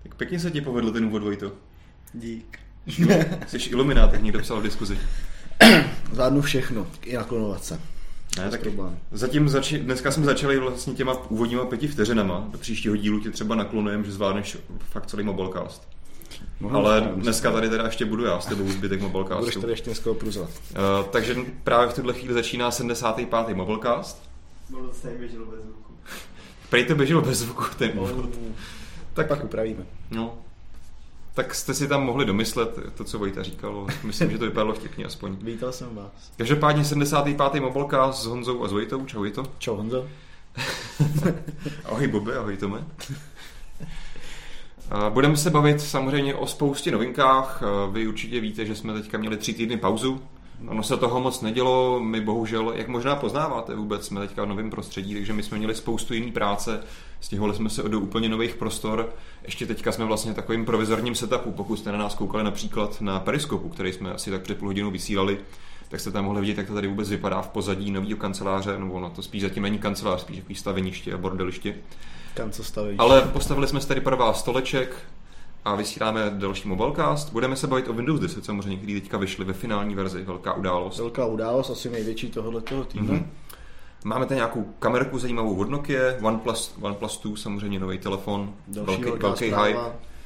Tak pěkně se ti povedlo ten úvod, Vojto. Dík. Jsi iluminát, jak někdo psal v diskuzi. Zvládnu všechno, i naklonovat se. Ne, tak dneska jsme začali vlastně těma úvodníma 5 vteřinama. Do příštího dílu tě třeba naklonujeme, že zvládneš fakt celý Mobilecast. Ale dneska tady teda ještě budu já s tebou zbytek Mobilecastu. Budeš tady ještě dneska opruzovat. Takže právě v tuhle chvíli začíná 75. Mobilecast. Bylo to stejně běželo bez zvuku. Prej to běželo bez zvuku ten úvod. Tak pak upravíme. No. Tak jste si tam mohli domyslet to, co Vojta říkal. Myslím, že to vypadalo vtipně aspoň. Vítal jsem vás. Každopádně 75. Mobilecast s Honzou a s Vojtou. Čau Vojto. Čau Honzo. Ahoj Bobe, ahoj Tome. Budeme se bavit samozřejmě o spoustě novinkách. Vy určitě víte, že jsme teďka měli 3 týdny pauzu. Ono se toho moc nedělo, my bohužel, jak možná poznáváte vůbec, jsme teďka v novém prostředí, takže my jsme měli spoustu jiný práce, stěhovali jsme se do úplně nových prostor. Ještě teďka jsme vlastně takovým provizorním setupu, pokud jste na nás koukali například na Periskopu, který jsme asi tak před půl hodinou vysílali, tak jste tam mohli vidět, jak to tady vůbec vypadá v pozadí nového kanceláře, nebo ono to spíš zatím není kancelář, spíš takový staveniště a bordeliště. Ale postavili jsme si tady pro vás stoleček a vysíláme další Mobilecast. Budeme se bavit o Windows 10 samozřejmě, který teďka vyšli ve finální verzi. Velká událost. Velká událost, asi největší tohoto týdne. Mm-hmm. Máme tady nějakou kamerku zajímavou od Nokia, OnePlus 2, samozřejmě nový telefon, velký hype.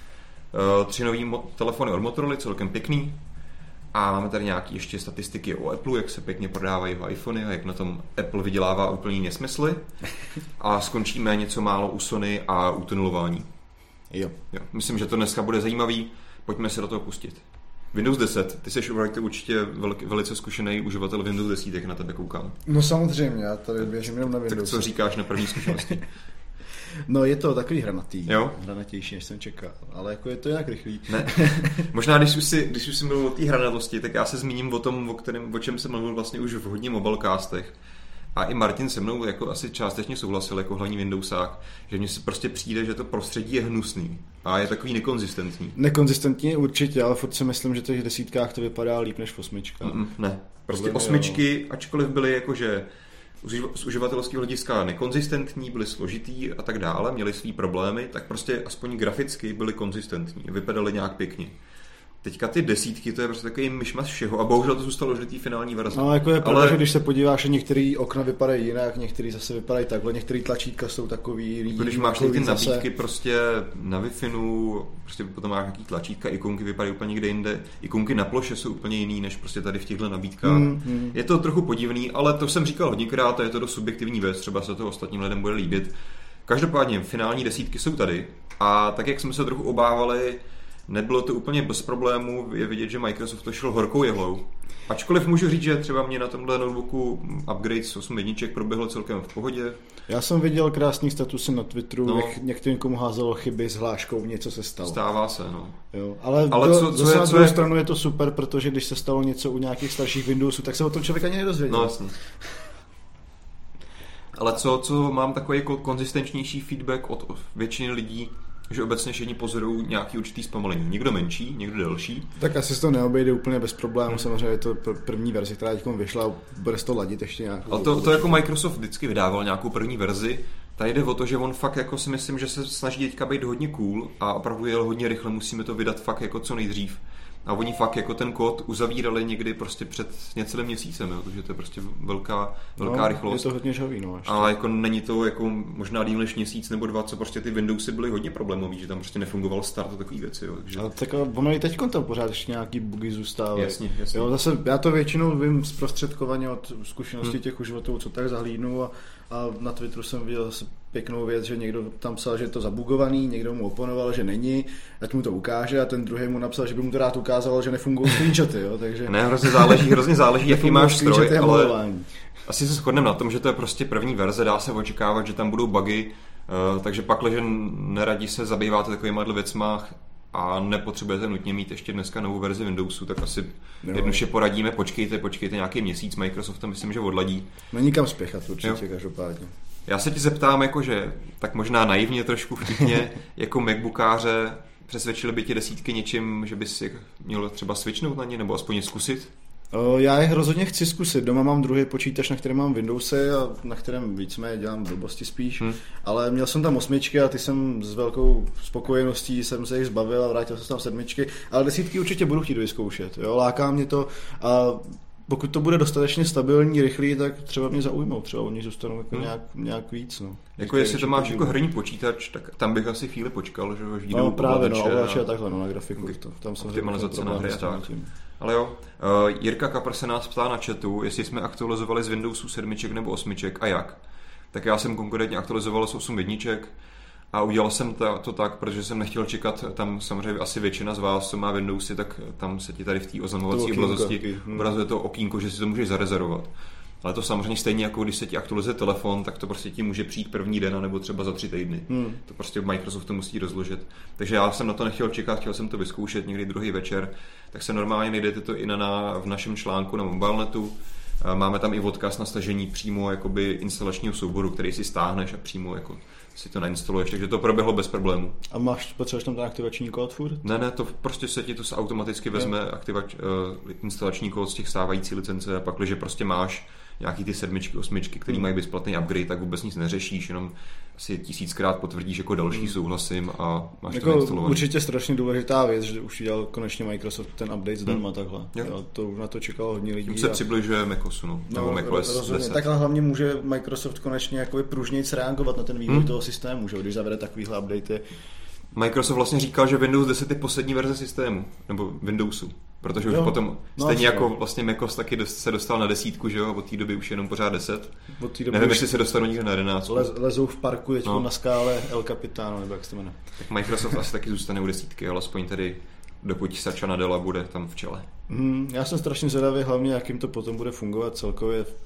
3 nový telefony od Motorola, celkem pěkný. A máme tady nějaké ještě statistiky o Apple, jak se pěkně prodávají jeho iPhony a jak na tom Apple vydělává úplný nesmysly. A skončíme něco málo u Sony a u tunelování. Jo. Myslím, že to dneska bude zajímavý. Pojďme se do toho pustit. Windows 10. Ty jsi určitě velice zkušený uživatel Windows 10, jak na tebe koukám. No samozřejmě, já tady běžím jenom na Windows. Tak co říkáš na první zkušenosti? No je to takový hranatý. Jo? Hranatější, než jsem čekal. Ale jako je to nějak rychlý. Ne. Možná, když už si mluvil o té hranatosti, tak já se zmíním o tom, o čem jsem mluvil vlastně už v hodně Mobilecastech. A i Martin se mnou jako asi částečně souhlasil jako hlavní Windowsák, že mně se prostě přijde, že to prostředí je hnusný a je takový nekonzistentní. Nekonzistentní určitě, ale furt si myslím, že v těch 10 to vypadá líp než v 8. Ne, prostě 8, ačkoliv byly jakože z uživatelského hlediska nekonzistentní, byly složitý a tak dále, měly svý problémy, tak prostě aspoň graficky byly konzistentní, vypadaly nějak pěkně. Teďka ty 10, to je prostě takový myšmaš všeho a bohužel to zůstalo už do té finální verze. No jako je pravda, že když se podíváš, že některé okna vypadají jinak, některé zase vypadají takhle, některé tlačítka jsou takový... Když máš ty nabídky prostě na Wi-Fi, prostě potom máš nějaký tlačítka, ikonky vypadají úplně někde jinde, ikonky na ploše jsou úplně jiný, než prostě tady v těchto nabídkách. Je to trochu podivný, ale to jsem říkal hodněkrát a je to dost subjektivní věc, třeba se to ostatním lidem bude líbit. Každopádně finální 10 jsou tady a tak, jak jsme se trochu obávali, nebylo to úplně bez problémů, je vidět, že Microsoft to šel horkou jehlou. Ačkoliv můžu říct, že třeba mě na tomhle notebooku upgrade z 8 jedniček proběhlo celkem v pohodě. Já jsem viděl krásný statusy na Twitteru, některým komu házelo chyby s hláškou, něco se stalo. Stává se, no. Jo, ale zase na druhou stranu je to super, protože když se stalo něco u nějakých starších Windowsů, tak se o tom člověk ani nedozvěděl. No jasně. Ale co mám takový jako konzistentnější feedback od většiny lidí, že obecně všichni pozorují nějaký určitý zpomalení. Někdo menší, někdo delší. Tak asi se to neobejde úplně bez problémů. Samozřejmě je to první verze, která teď vyšla, bude se to ladit ještě nějak. Ale to jako Microsoft vždycky vydával nějakou první verzi. Tady jde o to, že on fakt jako si myslím, že se snaží teďka být hodně cool a opravdu jel hodně rychle, musíme to vydat fakt jako co nejdřív. A oni fakt jako ten kód uzavírali někdy prostě před necelým měsícem, jo, protože to je prostě velká rychlost. Je to hodně žavý, no. Ale jako není to jako možná díl než měsíc nebo 2, co prostě ty Windowsy byly hodně problémový, že tam prostě nefungoval start a takový věci, jo. Takže... Ale tak ono i teďkom tam pořád ještě nějaký bugy zůstávají. Jasně. Jo, zase já to většinou vím zprostředkovaně od zkušeností těch uživatelů, co tak zahlídnu a na Twitteru jsem viděl zase pěknou věc, že někdo tam psal, že je to zabugovaný, někdo mu oponoval, že není, ať mu to ukáže a ten druhý mu napsal, že by mu to rád ukázalo, že nefungují screenshoty, jo, takže... Ne, hrozně záleží, jaký máš stroj, ale asi se shodneme na tom, že to je prostě první verze, dá se očekávat, že tam budou bugy, takže pakliže neradí se zabýváte takovýma věcma a nepotřebujete nutně mít ještě dneska novou verzi Windowsu, tak asi jednoduše poradíme, počkejte nějaký měsíc, Microsoft to myslím, že odladí. Není kam spěchat určitě, každopádně. Já se ti zeptám, jakože, tak možná naivně trošku vtipně, jako MacBookáře, přesvědčili by ti 10 něčím, že bys měl třeba switchnout na ně, nebo aspoň je zkusit? Já je rozhodně chci zkusit. Doma mám druhý počítač, na kterém mám Windowsy a na kterém víceméně dělám blbosti spíš. Ale měl jsem tam 8 a ty jsem s velkou spokojeností jsem se jich zbavil a vrátil jsem tam 7. Ale 10 určitě budu chtít vyzkoušet. Jo? Láká mě to a pokud to bude dostatečně stabilní, rychlý, tak třeba mě zaujmou. Třeba oni zůstanou jako nějak víc. No. Jako jestli to máš jako herní počítač, tak tam bych asi chvíli počkal, že až no právě, ovladače a takhle, na grafiku. Tam optimalizace na hry a tak. Ale jo, Jirka Kapr se nás ptá na chatu, jestli jsme aktualizovali z Windowsu 7 nebo 8 a jak. Tak já jsem konkrétně aktualizoval z 8.1 a udělal jsem to tak, protože jsem nechtěl čekat, tam samozřejmě asi většina z vás, co má Windowsy, tak tam se ti tady v té oznamovací oblazosti obrazuje to okýnko, že si to můžeš zarezervovat. Ale to samozřejmě stejně jako když se ti aktualizuje telefon, tak to prostě ti může přijít první den nebo třeba za 3 týdny. To prostě Microsoft to musí rozložit. Takže já jsem na to nechtěl čekat, chtěl jsem to vyzkoušet někdy druhý večer, tak se normálně najdete to i v našem článku na Mobilenetu. Máme tam i odkaz na stažení přímo jakoby instalačního souboru, který si stáhneš a přímo jako si to nainstaluješ, takže to proběhlo bez problému. A potřebuješ tam ten aktivační kód furt? Ne, to prostě se ti to automaticky vezme instalační kód z těch stávající licence a pak, když prostě máš nějaký ty 7, 8, který mají bezplatný upgrade, tak vůbec nic neřešíš, jenom asi 1000krát potvrdíš jako další souhlasím a máš jako to nainstalované. Určitě strašně důležitá věc, že už udělal konečně Microsoft ten update zdarma takhle. Jo, to na to čekalo hodně lidí. Tím se přibližuje MacOSu, nebo macOS 10. Takhle hlavně může Microsoft konečně jakoby pružnějc reagovat na ten vývoj toho systému, že když zavede takovýhle updaty. Microsoft vlastně říkal, že Windows 10 je poslední verze systému, nebo Windowsu, protože už potom, stejně jako vlastně macOS taky se dostal na 10, že jo, od té doby už jenom pořád 10. Nevím, jestli se dostanou někde na 11. Lezou v parku teď na skále El Capitano, nebo jak se to jmenuje. Tak Microsoft asi taky zůstane u 10, ale aspoň tady dokud Satya Nadella bude tam v čele. Já jsem strašně zvědavý, hlavně jak jim to potom bude fungovat celkově v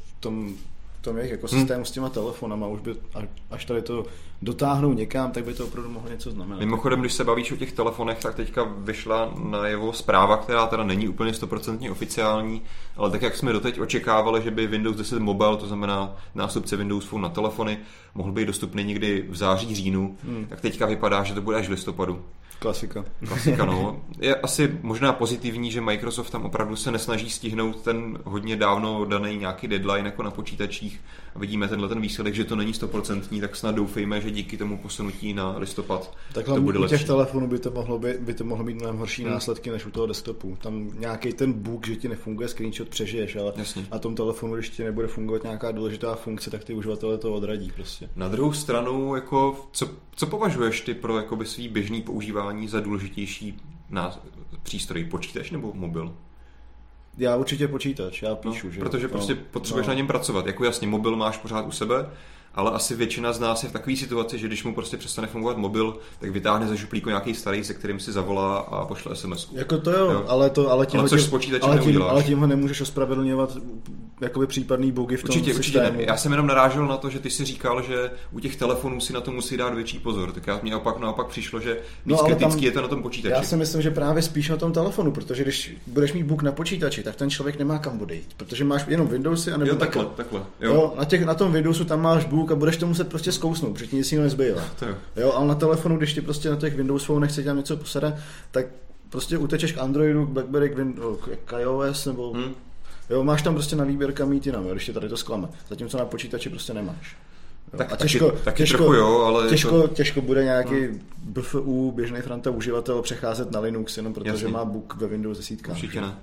tom jejich ekosystému s těma telefonama, už by, až tady to dotáhnou někam, tak by to opravdu mohlo něco znamenat. Mimochodem, když se bavíš o těch telefonech, tak teďka vyšla na jeho zpráva, která teda není úplně 100% oficiální, ale tak jak jsme doteď očekávali, že by Windows 10 Mobile, to znamená nástupce Windows Phone na telefony, mohl být dostupný někdy v září, říjnu, tak teďka vypadá, že to bude až v listopadu. Klasika, no. Je asi možná pozitivní, že Microsoft tam opravdu se nesnaží stihnout ten hodně dávno daný nějaký deadline jako na počítačích a vidíme ten výsledek, že to není 100%, tak snad doufejme, že díky tomu posunutí na listopad takhle to bude lepší. U těch telefonů by to mohlo být mnohem horší následky než u toho desktopu. Tam nějaký ten bug, že ti nefunguje screenshot, přežiješ, ale na tom telefonu, když ti nebude fungovat nějaká důležitá funkce, tak ty uživatelé to odradí prostě. Na druhou stranu, jako co považuješ ty pro jakoby svý běžný používání za důležitější přístroj, počítač nebo mobil? Já určitě počítač, já píšu. Že? Protože prostě potřebuješ na něm pracovat. Jako jasně, mobil máš pořád u sebe, ale asi většina z nás je v takové situaci, že když mu prostě přestane fungovat mobil, tak vytáhne ze šuplíku nějaký starý, se kterým si zavolá a pošle SMS-ku. Jako to jo. Ale tím ho nemůžeš ospravedlňovat jakoby případný bugy v tom systému. Určitě ne. Já jsem jenom narážel na to, že ty si říkal, že u těch telefonů si na to musí dát větší pozor. Tak mě naopak přišlo, že víc kritický je to na tom počítači. Já si myslím, že právě spíš na tom telefonu, protože když budeš mít bug na počítači, tak ten člověk nemá kam odejít, protože máš jenom Windowsy a nebo takhle. Jo, na tom Windowsu tam máš bug a budeš to muset prostě zkousnout, protože ti nic jiného nezbývá. Jo, ale na telefonu, když ti prostě na těch Windows Phone nechce dělat něco posada, tak prostě utečeš k Androidu, k BlackBerry, k iOS nebo jo, máš tam prostě na výběr kam jít jinam, když tě tady to zklame. Zatímco na počítači prostě nemáš. Jo. Tak těžko, ale těžko bude nějaký BFU, běžný franta uživatel přecházet na Linux, jenom protože má bug ve Windows 10. Určitě ne.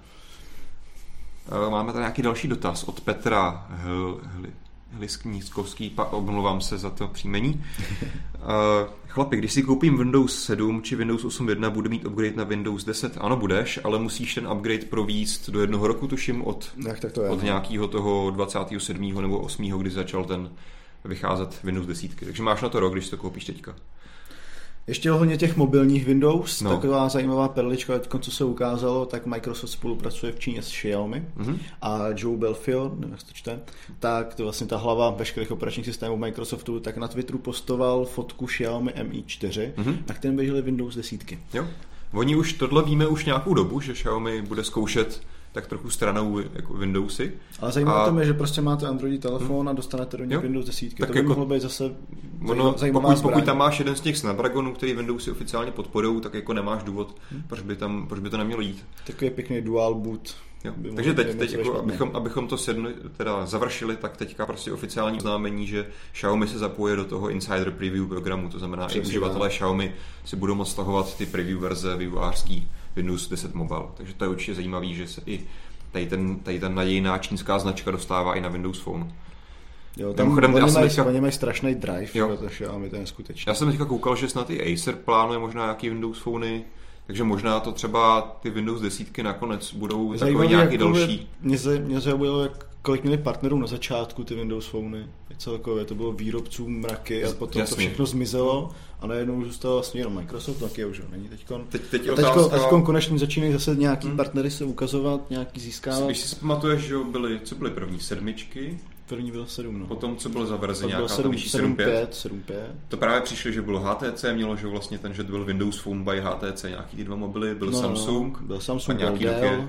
Máme tady nějaký další dotaz od Petra Hlisknízkovský, omlouvám se za to příjmení. Chlapi, když si koupím Windows 7 či Windows 8.1, budu mít upgrade na Windows 10? Ano, budeš, ale musíš ten upgrade províst do 1 roku, tuším, od nějakého toho 27. nebo 8. kdy začal ten vycházet Windows 10. Takže máš na to rok, když to koupíš teďka. Ještě ohledně těch mobilních Windows, taková zajímavá perlička, co se ukázalo, tak Microsoft spolupracuje v Číně s Xiaomi a Joe Belfiore, nevím, jak to čte, tak to vlastně ta hlava veškerých operačních systémů Microsoftu, tak na Twitteru postoval fotku Xiaomi Mi 4, na kterém běžely Windows 10. Jo. Oni už tohle víme už nějakou dobu, že Xiaomi bude zkoušet tak trochu stranou jako Windowsy. Ale zajímavé to je, že prostě máte Android telefon a dostanete do něj Windows 10. Tak to by jako, mohlo být zase zajímavá pokud tam máš jeden z těch Snapdragonů, který Windowsy oficiálně podporují, tak jako nemáš důvod, proč by to nemělo jít. Takový pěkný dual boot. Takže teď jako, abychom to teda završili, tak teďka prostě oficiální oznámení, že Xiaomi se zapoje do toho Insider Preview programu, to znamená, že uživatelé Xiaomi si budou moct stahovat ty preview verze vývojářský Windows 10 Mobile. Takže to je určitě zajímavý, že se i tady ta nadějná čínská značka dostává i na Windows Phone. Jo, tam oni mají strašný drive, protože Xiaomi to je neskutečný. Já jsem teďka koukal, že snad i Acer plánuje možná nějaký Windows Phony, takže možná to třeba ty Windows 10 nakonec budou takový nějaký další. Mě zajímalo, kolik měli partnerů na začátku ty Windows Phony. Celkově to bylo výrobců mraky a potom to všechno zmizelo a najednou zůstalo vlastně jenom Microsoft, taky už není teďkon. Teďkon konečně začínají zase nějaký partnery se ukazovat, nějaký získávat. Když si pamatuješ, že co byly první 7? První bylo 7, no. Potom, co bylo za verze nějaká 7.5. To právě přišlo, že bylo HTC, mělo, že vlastně že byl Windows Phone by HTC, nějaký ty dva mobily, byl Samsung, a nějaký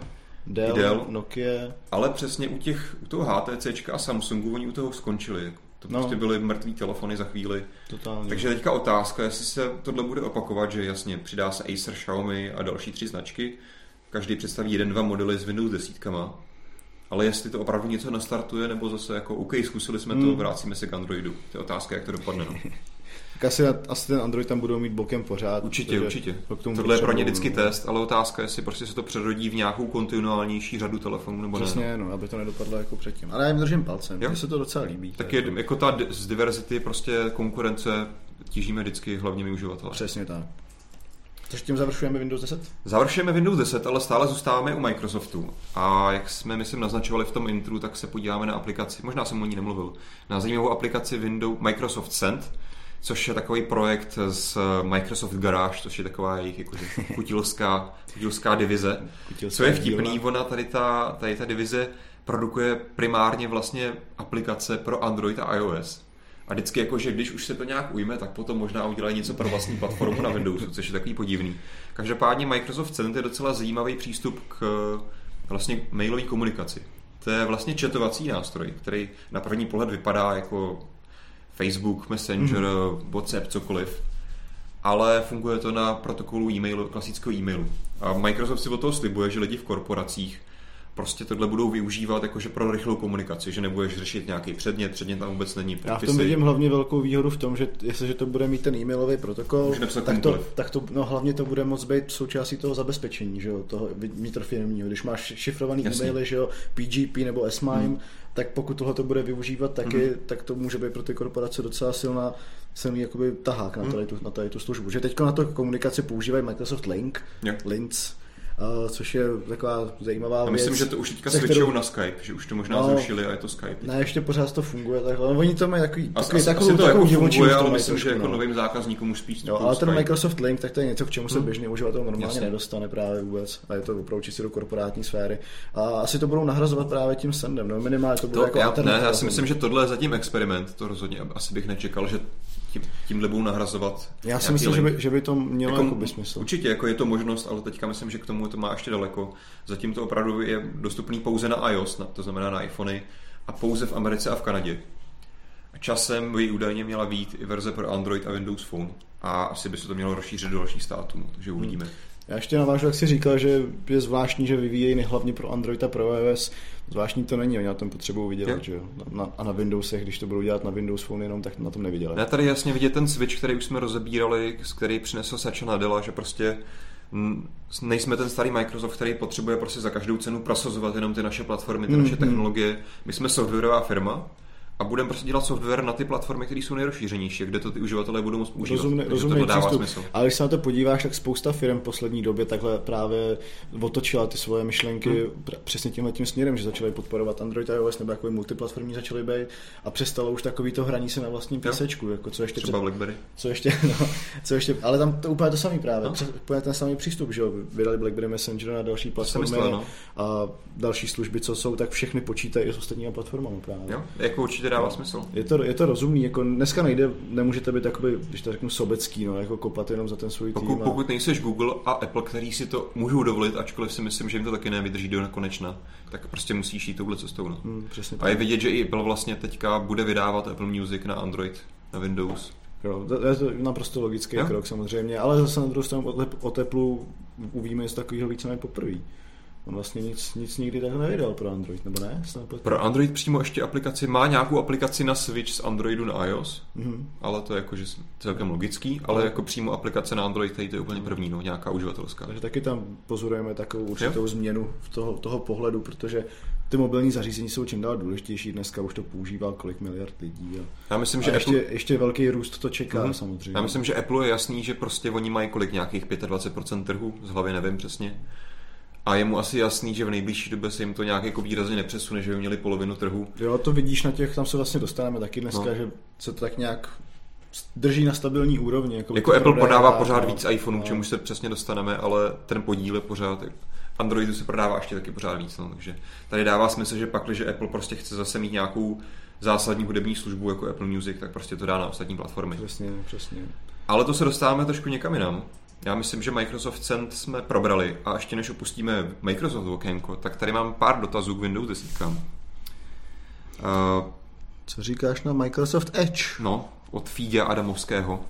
Dell, Nokia. Ale přesně u toho HTCčka a Samsungu oni u toho skončili. To prostě byly mrtvý telefony za chvíli. Totálně. Takže teďka otázka, jestli se tohle bude opakovat, že jasně přidá se Acer, Xiaomi a další 3 značky. Každý představí 1-2 modely s Windows 10. Ale jestli to opravdu něco nastartuje, nebo zase jako OK, zkusili jsme to, vracíme se k Androidu. To je otázka, jak to dopadne. No. Tak asi ten Android tam budou mít bokem pořád. Určitě. Tohle je pro ně vždycky test, ale otázka je, jestli prostě se to přerodí v nějakou kontinuálnější řadu telefonů, nebo přesně, ne. No, aby to nedopadlo jako předtím. Ale já jim držím palcem, mně se to docela líbí. Tak je jako ta z diverzity prostě konkurence těžíme vždycky hlavně my uživatelé. Přesně tak. Takže tím završujeme Windows 10? Završujeme Windows 10, ale stále zůstáváme u Microsoftu. A jak jsme, myslím, naznačovali v tom intru, tak se podíváme na aplikaci, možná jsem o ní nemluvil, na zajímavou aplikaci Microsoft Send, což je takový projekt z Microsoft Garage, což je taková jejich jakože kutilská divize. Co je vtipný, ona tady ta divize produkuje primárně vlastně aplikace pro Android a iOS. A vždycky jakože, když už se to nějak ujme, tak potom možná udělají něco pro vlastní platformu na Windowsu, což je takový podivný. Každopádně Microsoft Send je docela zajímavý přístup k vlastně mailové komunikaci. To je vlastně chatovací nástroj, který na první pohled vypadá jako Facebook, Messenger, WhatsApp, cokoliv. Ale funguje to na protokolu e-mailu, klasického e-mailu. A Microsoft si od toho slibuje, že lidi v korporacích prostě tohle budou využívat jakože pro rychlou komunikaci, že nebudeš řešit nějaký předmět tam vůbec není podpisy. Já v tom vidím hlavně velkou výhodu v tom, že jestliže to bude mít ten e-mailový protokol, tak to hlavně to bude moct být součástí toho zabezpečení, že jo, toho vnitrofirmního. Když máš šifrovaný e-maily, že jo, PGP nebo S-MIME, tak pokud tohle to bude využívat taky, tak to může být pro ty korporace docela silný jakoby tahák na tady tu službu. Že teďka na to komunikaci používají Microsoft Links, což je taková zajímavá věc. Myslím, že to už teďka switchujou na Skype, že už to možná zrušili a je to Skype. Ne, ještě pořád to funguje takhle. Oni to mají takovou funguje, ale myslím, že jako novým zákazníkům už spíš. Ale ten Microsoft Link, tak to je něco, k čemu se běžný uživatel normálně nedostane právě vůbec. A je to opravdu čistě do korporátní sféry. A asi to budou nahrazovat právě tím Sendem. No minimálně to bude jako alternativa. Já si myslím, že tohle je zatím experiment. To rozhodně asi bych nečekal, že tímhle budou nahrazovat. Já si myslím, že by to mělo jako smysl. Určitě, jako je to možnost, ale teďka myslím, že k tomu to má ještě daleko. Zatím to opravdu je dostupný pouze na iOS, to znamená na iPhony, a pouze v Americe a v Kanadě. A časem by údajně měla být i verze pro Android a Windows Phone. A asi by se to mělo rozšířit do dalších států, takže uvidíme. Já ještě navážu, jak jsi říkal, že je zvláštní, že vyvíjejí hlavně pro Android a pro iOS. Zvláštní to není, oni na tom potřebují vydělat, že jo. A na Windowsech, když to budou dělat na Windows Phone jenom, tak na tom nevydělají. Já tady jasně vidět ten switch, který už jsme rozebírali, který přinesl Satya Nadella, že prostě nejsme ten starý Microsoft, který potřebuje prostě za každou cenu prosazovat jenom ty naše platformy, ty naše technologie. My jsme softwarová firma a budeme prostě dělat software na ty platformy, které jsou nejrozšířenější, kde to ty uživatelé budou moct používat. Rozumný přístup. Ale když se na to podíváš, tak spousta firm v poslední době takhle právě otočila ty svoje myšlenky přesně tímhletím směrem, že začaly podporovat Android a iOS nebo jako multiplatformní začaly být a přestalo už takový to hraní se na vlastním písečku, jako co ještě třeba BlackBerry. Co ještě, ale tam to úplně to samý právě, úplně ten samý přístup, že jo, vydali BlackBerry Messenger na další platformy a další služby, co jsou, tak všechny počítají i s ostatními platformami právě. Jo, jako určitě dává smysl. Je to rozumný, jako dneska nemůžete být jakoby, když to řeknu sobecký, no, jako kopat jenom za ten svůj tým. Pokud nejseš Google a Apple, který si to můžou dovolit, ačkoliv si myslím, že jim to taky nevydrží do nekonečna, tak prostě musíš jít touhle cestou. No. A je vidět, že i Apple vlastně teďka bude vydávat Apple Music na Android, na Windows. Jo, to je to naprosto logický krok samozřejmě, ale zase na druhou stranu o Apple uvíme z takového víceméně poprvé. On vlastně nic nikdy tak nevydal pro Android, nebo ne? Pro Android přímo ještě aplikaci, má nějakou aplikaci na Switch z Androidu na iOS, ale to je jakože celkem logický, ale jako přímo aplikace na Android, tady to je úplně první, no, nějaká uživatelská. Takže taky tam pozorujeme takovou určitou změnu toho pohledu, protože ty mobilní zařízení jsou čím dál důležitější, dneska už to používá kolik miliard lidí. Já myslím, že ještě velký růst to čeká samozřejmě. Já myslím, že Apple je jasný, že prostě oni mají kolik nějakých 25% trhu, z hlavy nevím přesně. A je mu asi jasný, že v nejbližší době se jim to nějak jako výrazně nepřesune, že by měli polovinu trhu. Jo, to vidíš na těch, tam se vlastně dostaneme taky dneska, že se to tak nějak drží na stabilní úrovni. Jako Apple podává pořád víc iPhoneů, čemu se přesně dostaneme, ale ten podíl je pořád, Androidu se prodává ještě taky pořád víc, no, takže tady dává smysl, že pak, když Apple prostě chce zase mít nějakou zásadní hudební službu jako Apple Music, tak prostě to dá na ostatní platformy. Přesně. Ale to se dostáváme trošku někam jinam. Já myslím, že Microsoft Cent jsme probrali a ještě než opustíme Microsoft okénko, tak tady mám pár dotazů k Windows 10. Co říkáš na Microsoft Edge? No, od Fídě Adamovského.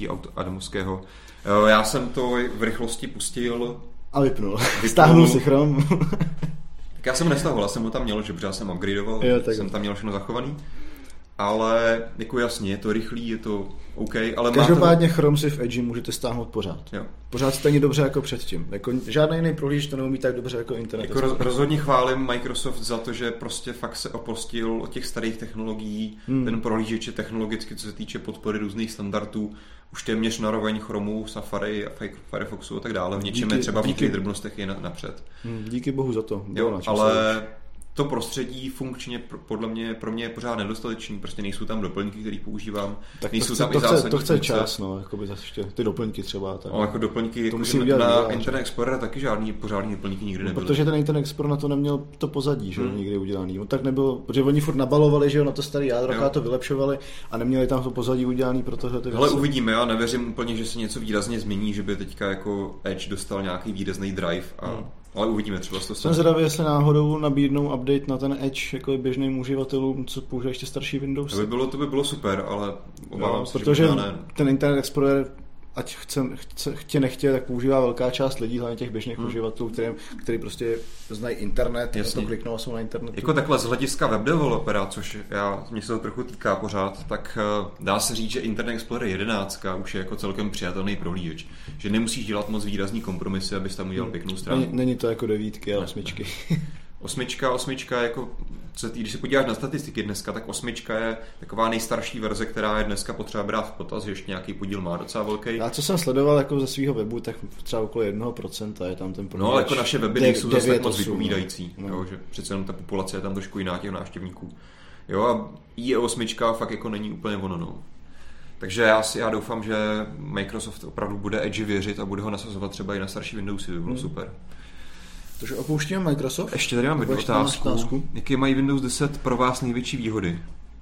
Já jsem to v rychlosti pustil. A vypnul. Stáhnul si Chrome. Tak já jsem ho nestahoval, já jsem ho tam měl, že já jsem upgradeoval, jsem tam měl všechno zachovaný. Ale jako jasně, je to rychlý, je to OK, ale každopádně Chrome si v Edge můžete stáhnout pořád. Jo. Pořád stejně dobře jako předtím. Jako žádný jiný prohlíž to neumí tak dobře jako internet. Jako rozhodně chválím Microsoft za to, že prostě fakt se opustil od těch starých technologií. Ten prohlížeč je technologicky, co se týče podpory různých standardů, už téměř na roveň Chromu, Safari, Firefoxu a tak dále. V něčem je třeba v některých drobnostech je napřed. Díky bohu za to. Jo, ale to prostředí funkčně podle mě pro mě je pořád nedostatečný, prostě nejsou tam doplňky, které používám. Tak nejsou tam i zásadní to chce čas, no, jakoby ještě ty doplňky třeba. Tak. No, jako doplňky, to jako na Internet Explorer taky žádný pořádný doplňky nikdy nebyly. Protože ten Internet Explorer na to neměl to pozadí, že nikdy udělaný. On tak nebyl, protože oni furt nabalovali, že jo, na to starý jádro, to vylepšovali a neměli tam to pozadí udělaný pro tohle ty věci. Ale uvidíme, já nevěřím úplně, že se něco výrazně změní, že by teďka jako Edge dostal nějaký výrazný drive ale uvidíme třeba to. Jsem zvědavý, jestli náhodou nabídnou update na ten Edge jako běžným uživatelům, co používají ještě starší Windows. To by bylo super, ale obávám se, protože že ne. Ten Internet Explorer, ať chtě nechtě, tak používá velká část lidí, hlavně těch běžných uživatelů, který prostě znají internet, to kliknou a jsou na internetu. Jako takhle z hlediska webdevelopera, což mě se to trochu týká pořád, tak dá se říct, že Internet Explorer 11 už je jako celkem přijatelný prohlížeč. Že nemusíš dělat moc výrazný kompromisy, abys tam udělal pěknou stránku. Není to jako 9 a 8. Osmička jako, když se podíváš na statistiky dneska, tak 8 je taková nejstarší verze, která je dneska potřeba brát v potaz, že ještě nějaký podíl má docela velký. Já co jsem sledoval jako ze svého webu, tak třeba okolo 1% je tam ten prohlížeč. No, jako naše weby nejsou zase tak moc vypovídající, jo, že přece jenom ta populace je tam trošku jiná těch návštěvníků. Jo, a IE8 fakt jako není úplně ono, no. Takže já doufám, že Microsoft opravdu bude Edge věřit a bude ho nasazovat třeba i na starší Windowsy, to bylo super. Takže opouštíme Microsoft. Ještě tady mám jednu otázku. Jaké mají Windows 10 pro vás největší výhody?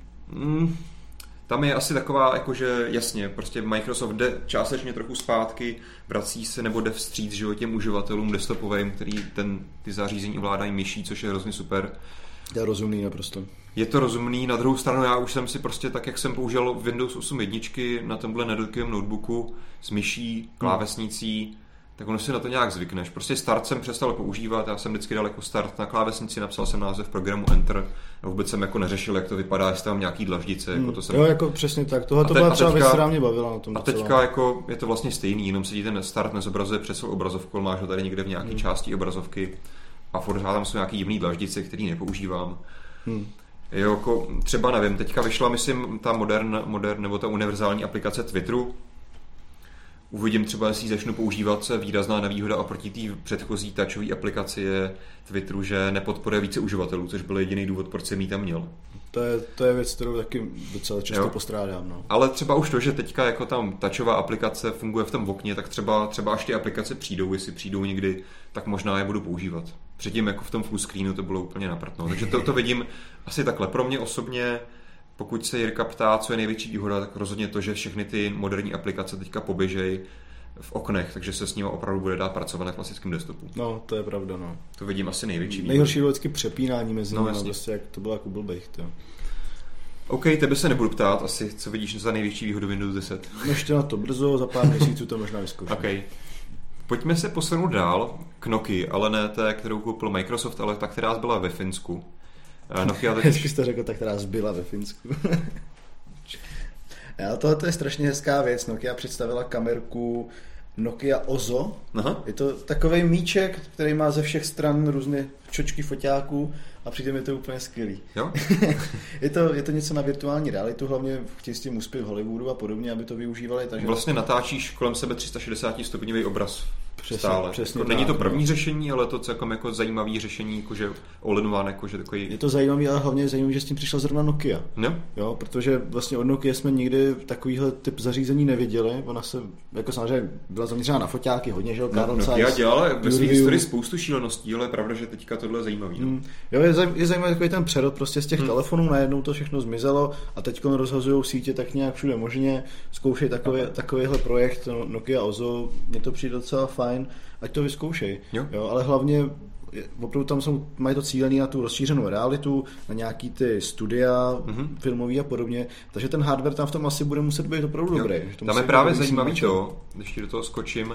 Tam je asi taková, jakože jasně, prostě Microsoft jde částečně trochu zpátky, vrací se nebo jde vstříc životěm uživatelům desktopovým, který ty zařízení ovládají myší, což je hrozně super. Je rozumný naprosto. Je to rozumný, na druhou stranu já už jsem si prostě tak, jak jsem použil Windows 8 jedničky na tomhle nedotkém notebooku s myší, klávesnicí, tak ono si na to nějak zvykneš. Prostě start jsem přestal používat, já jsem vždycky dal jako start na klávesnici, napsal jsem název programu Enter a vůbec jsem jako neřešil, jak to vypadá, jestli tam nějaký dlaždice. Jako to jsem... Jo, jako přesně tak. Tohle to byla třeba věc, která mě bavila na tom. A teďka jako je to vlastně stejný, jenom se ti ten start nezobrazuje přes obrazovku, máš ho tady někde v nějaké části obrazovky a furt tam jsou nějaký divný dlaždice, který nepoužívám. Jo, jako třeba nevím, teďka vyšla, myslím, ta modern nebo ta univerzální aplikace Twitteru. Uvidím třeba, jestli začnu používat, se výrazná nevýhoda oproti té předchozí touchové aplikaci je Twitteru, že nepodporuje více uživatelů, což byl jediný důvod, proč jsem ji tam měl. To je věc, kterou taky docela často postrádám. No. Ale třeba už to, že teďka jako tam touchová aplikace funguje v tom okně, tak třeba až ty aplikace přijdou, jestli přijdou někdy, tak možná je budu používat. Předtím jako v tom full screenu to bylo úplně na prd. Takže to vidím asi takhle. Pro mě osobně pokud se Jirka ptá, co je největší výhoda, tak rozhodně to, že všechny ty moderní aplikace teďka poběžejí v oknech, takže se s ním opravdu bude dát pracovat na klasickém desktopu. No, to je pravda, no. To vidím asi největší výhoda. Nejhorší bylo vždycky přepínání mezi nimi, jasně. prostě jak to bylo jako blbejch, to. OK, tebe se nebudu ptát asi, co vidíš za největší výhodu Windows 10. Ještě na to brzo, za pár měsíců to možná vyzkouším. OK. Pojďme se posunout dál k Nokii, ale ne té, kterou koupil Microsoft, ale ta, která byla ve Finsku. Nokia Hezky jste řekl, ta, která zbyla ve Finsku. Tohle je strašně hezká věc. Nokia představila kamerku Nokia Ozo. Aha. Je to takovej míček, který má ze všech stran různé čočky foťáků a přitom je to úplně skvělý. Jo? je to něco na virtuální realitu, hlavně chtějí s tím úspěch Hollywoodu a podobně, aby to využívali. Takže Vlastně natáčíš kolem sebe 360 stupňový obraz. Stále. Přesně jako, není to tak, první řešení, ale to celkem jako zajímavý řešení, jakože all-in-one, jakože takový... Je to zajímavý, ale hlavně je zajímavý, že s tím přišla zrovna Nokia. No? Jo, protože vlastně od Nokia jsme nikdy takovýhle typ zařízení neviděli. Ona se, jako samozřejmě byla zaměřená na foťáky hodně, že jo, Carl Zeiss. Nokia dělala ve své historii spoustu šíleností, ale je pravda, že teďka tohle je zajímavý. No? Jo, je zajímavý takový ten přerod prostě z těch telefonů, najednou to všechno zmizelo a teď rozhazují sítě tak nějak všude možně, zkoušej takovýhle projekt Nokia Ozo, mně to přijde docela fajn, ať to vyzkoušej. Jo, ale hlavně opravdu tam mají to cílený na tu rozšířenou realitu, na nějaký ty studia filmový a podobně, takže ten hardware tam v tom asi bude muset být opravdu dobrý. Tam je právě zajímavý to, když ti do toho skočím,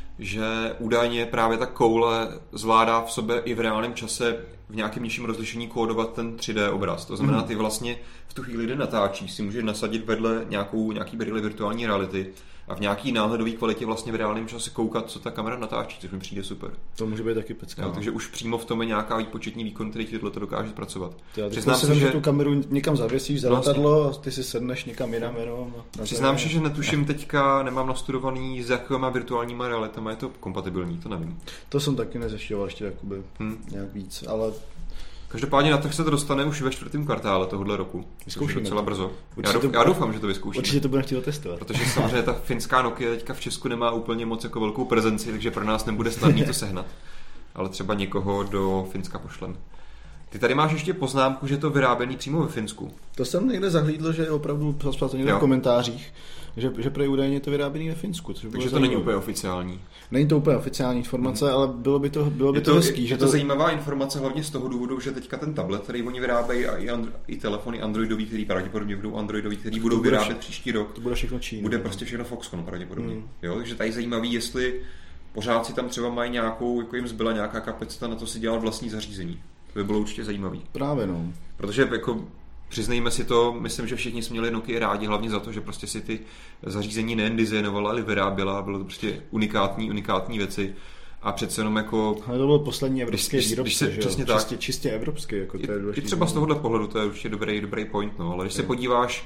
že údajně právě ta koule zvládá v sobě i v reálném čase v nějakém nižším rozlišení kódovat ten 3D obraz. To znamená, ty vlastně v tu chvíli, kdy natáčíš, si můžeš nasadit vedle nějaký brýle virtuální reality a v nějaký náhledové kvalitě vlastně v reálném čase koukat, co ta kamera natáčí, což mi přijde super. To může být taky pecka. Jo, takže už přímo v tom je nějaká výpočetní výkon, který ti tohle dokáže zpracovat. Přiznám se, že tu kameru někam zavěsíš za letadlo a ty si sedneš někam jinam jenom. Přiznám se, že netuším teďka, nemám nastudovaný, s jakýma virtuálníma realitama je to kompatibilní, to nevím. To jsem taky nezjišťoval ještě jakoby nějak víc, ale každopádně na trh se to dostane už ve 4. kvartále tohohle roku. Vyzkoušíme docela brzo. Já doufám, že to vyzkoušíme. Určitě to budeme chtít testovat. Protože samozřejmě ta finská Nokia teďka v Česku nemá úplně moc jako velkou prezenci, takže pro nás nebude snadný to sehnat. Ale třeba někoho do Finska pošlem. Ty tady máš ještě poznámku, že je to vyráběný přímo ve Finsku. To jsem někde zahlídl, že je opravdu psal to někde v komentářích, že pro údajně je to vyráběný ve Finsku. Takže to není úplně oficiální. Není to úplně oficiální informace, ale bylo by to hezký. Je to zajímavá informace hlavně z toho důvodu, že teďka ten tablet, který oni vyrábějí a i telefony androidový, který pravděpodobně budou androidový, který budou vyrábět příští rok. To bude všechno Čína. Bude prostě všechno Foxconn pravděpodobně. Jo, takže tady zajímavý, jestli pořád si tam třeba mají nějakou, jako jim zbyla nějaká kapacita na to si dělat vlastní zařízení. To by bylo určitě zajímavý. Právě no. Protože jako přiznejme si to, myslím, že všichni jsme měli Nokia rádi hlavně za to, že prostě si ty zařízení nejen designovala, ale vyráběla, bylo to prostě unikátní věci. A přece jenom jako... Ale to byl poslední evropský výrobce, že přesně jo? Tak. Čistě evropský. Jako to je I třeba z tohohle pohledu, to je určitě dobrý point, no. Ale když se podíváš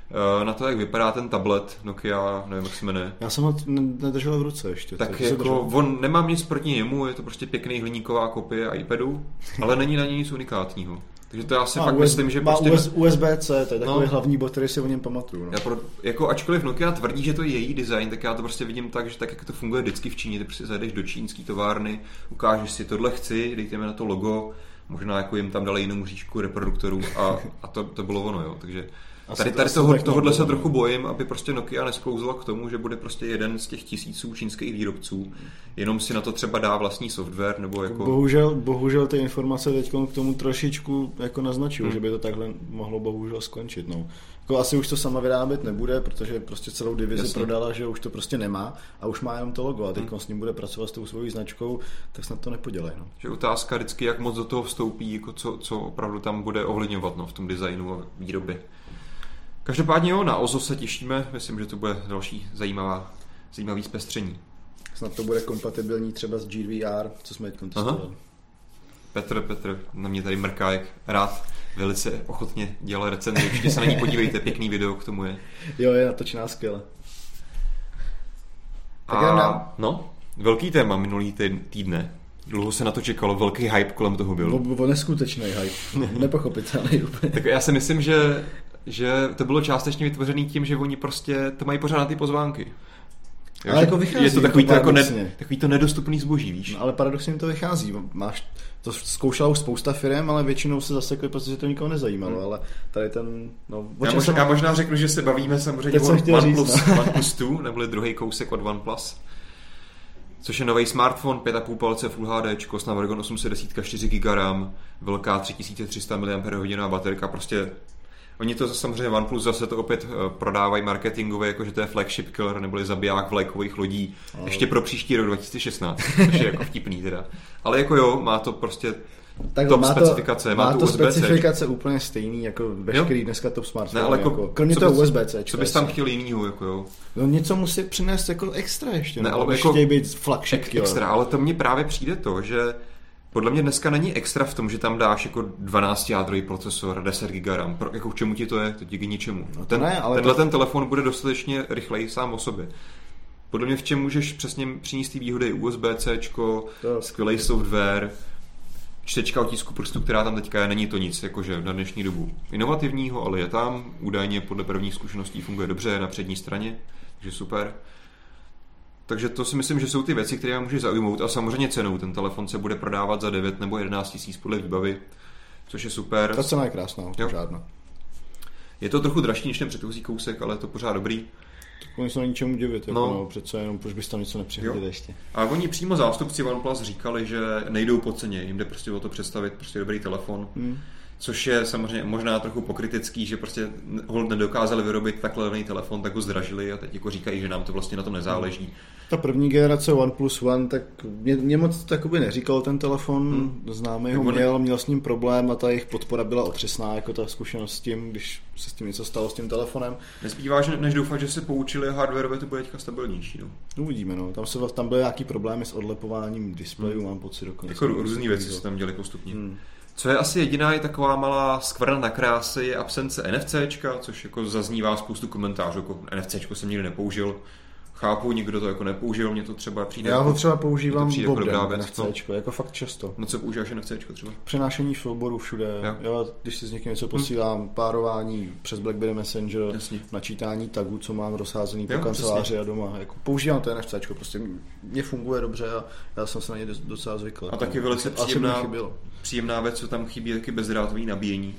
na to, jak vypadá ten tablet Nokia, nevím, jak se jmenuje. Já jsem ho nedržel v ruce ještě. Tak jako, on nemám nic proti němu, je to prostě pěkný hliníková kopie iPadu, ale není na něj nic unikátního. Takže to já si fakt myslím, že prostě... USB-C, to je takový hlavní bod, který si o něm pamatuju. No. Jako ačkoliv Nokia tvrdí, že to je její design, tak já to prostě vidím tak, že tak, jak to funguje vždycky v Číně, ty prostě zajdeš do čínský továrny, ukážeš si, tohle chci, dejte mi na to logo, možná jako jim tam dali jinou mřížku reproduktorů a to bylo ono, jo, takže... Tady tohohle se trochu bojím, aby prostě Nokia nesklouzla k tomu, že bude prostě jeden z těch tisíců čínských výrobců, jenom si na to třeba dá vlastní software, nebo jako... Bohužel ty informace teď k tomu trošičku jako naznačují, že by to takhle mohlo bohužel skončit, no. Jako asi už to sama vyrábět nebude, protože prostě celou divizi prodala, že už to prostě nemá a už má jenom to logo a teď s ním bude pracovat s tou svojí značkou, tak snad to nepodělej, no. Že otázka vždycky, jak moc do toho vstoupí, jako co opravdu tam bude ovlivňovat, no, v tom designu a výrobě. Každopádně jo, na Ozo se těšíme, myslím, že to bude další zajímavý zpestření. Snad to bude kompatibilní třeba s GVR, co jsme teď testovali. Petr na mě tady mrká, jak rád velice ochotně dělal recenzi, určitě se na ní podívejte, pěkný video k tomu je. Jo, je natočená skvěle. Velký téma minulý týdne. Dlouho se na to čekalo, velký hype kolem toho byl. Neskutečný hype, nepochopitelný úplně. Tak já si myslím, že to bylo částečně vytvořený tím, že oni prostě to mají pořád na ty pozvánky. Ale jako vychází, je to takový to, jako takový to nedostupný zboží, víš? No, ale paradoxně to vychází. To zkoušela už spousta firem, ale většinou se zasekli, protože to nikoho nezajímalo, ale tady ten... No, já možná řeknu, že se bavíme samozřejmě o OnePlus 2, neboli druhý kousek od OnePlus, což je nový smartphone, 5,5 palce Full HD, Snapdragon 810, 4 GB RAM, velká 3300 mAh baterka, prostě oni to samozřejmě OnePlus zase to opět prodávají marketingově, jakože to je flagship killer, neboli zabiják vlajkových lodí, ještě pro příští rok 2016, což je jako vtipný teda. Ale jako jo, má to prostě top specifikace, má to USB-C. Specifikace úplně stejný, jako veškerý dneska top smartphone. Ne, ale jako, kromě toho USB-C. Co bys tam chtěl jinýho, jako jo? No něco musí přinést jako extra ještě, ne, ale jako být flagship killer. Extra, ale to mně právě přijde to, že podle mě dneska není extra v tom, že tam dáš jako 12 jádrový procesor, 10 GB RAM. Jako k čemu ti to je? To díky ničemu. No ten telefon bude dostatečně rychlej sám o sobě. Podle mě v čem můžeš přesně přinést ty výhody USB-C, skvělý software, čtečka otisku prstu, která tam teďka je, není to nic, jakože na dnešní dobu inovativního, ale je tam. Údajně podle prvních zkušeností funguje dobře na přední straně, takže super. Takže to si myslím, že jsou ty věci, které může zaujmout a samozřejmě cenou. Ten telefon se bude prodávat za 9 nebo 11 tisíc podle výbavy, což je super. Ta cena je krásná, žádná. Je to trochu dražší než ten předchozí kousek, ale je to pořád dobrý. Tak oni se na ničemu divit, jako přece jenom proč bys tam něco nepřihodil ještě. A oni přímo zástupci OnePlus říkali, že nejdou po ceně, jim jde prostě o to představit prostě dobrý telefon. Což je samozřejmě možná trochu pokrytecký, že prostě nedokázali vyrobit takhle levný telefon, tak ho zdražili a teď jako říkají, že nám to vlastně na tom nezáleží. Ta první generace OnePlus One, tak mě moc takoby neříkal ten telefon, známý ho měl s ním problém a ta jejich podpora byla otřesná, jako ta zkušenost s tím, když se s tím něco stalo s tím telefonem. Nezbývá, než doufat, že se poučili a hardwareově to bude teďka stabilnější. No. Uvidíme, no. Tam byly nějaký problémy s odlepováním displejů, mám pocit dokonce. Jako různý věci se tam děly postupně. Co je asi jediná je taková malá skvrna na krásy, je absence NFCčka, což jako zaznívá spoustu komentářů, jako NFCčko jsem nikdy nepoužil. Chápu, nikdo to jako nepoužil, mě to třeba přijde. Já ho třeba používám jako NFCčko, jako fakt často. No co používáš NFCčko třeba? Přenášení souborů všude. Jo, když si s někým něco posílám, párování přes BlackBerry Messenger, načítání tagů, co mám rozházený po kanceláři a doma. Jako používám to NFCčko, prostě mě funguje dobře a já jsem se na ně docela zvykl. A taky velice příjemná věc, co tam chybí, taky bezdrátový nabíjení.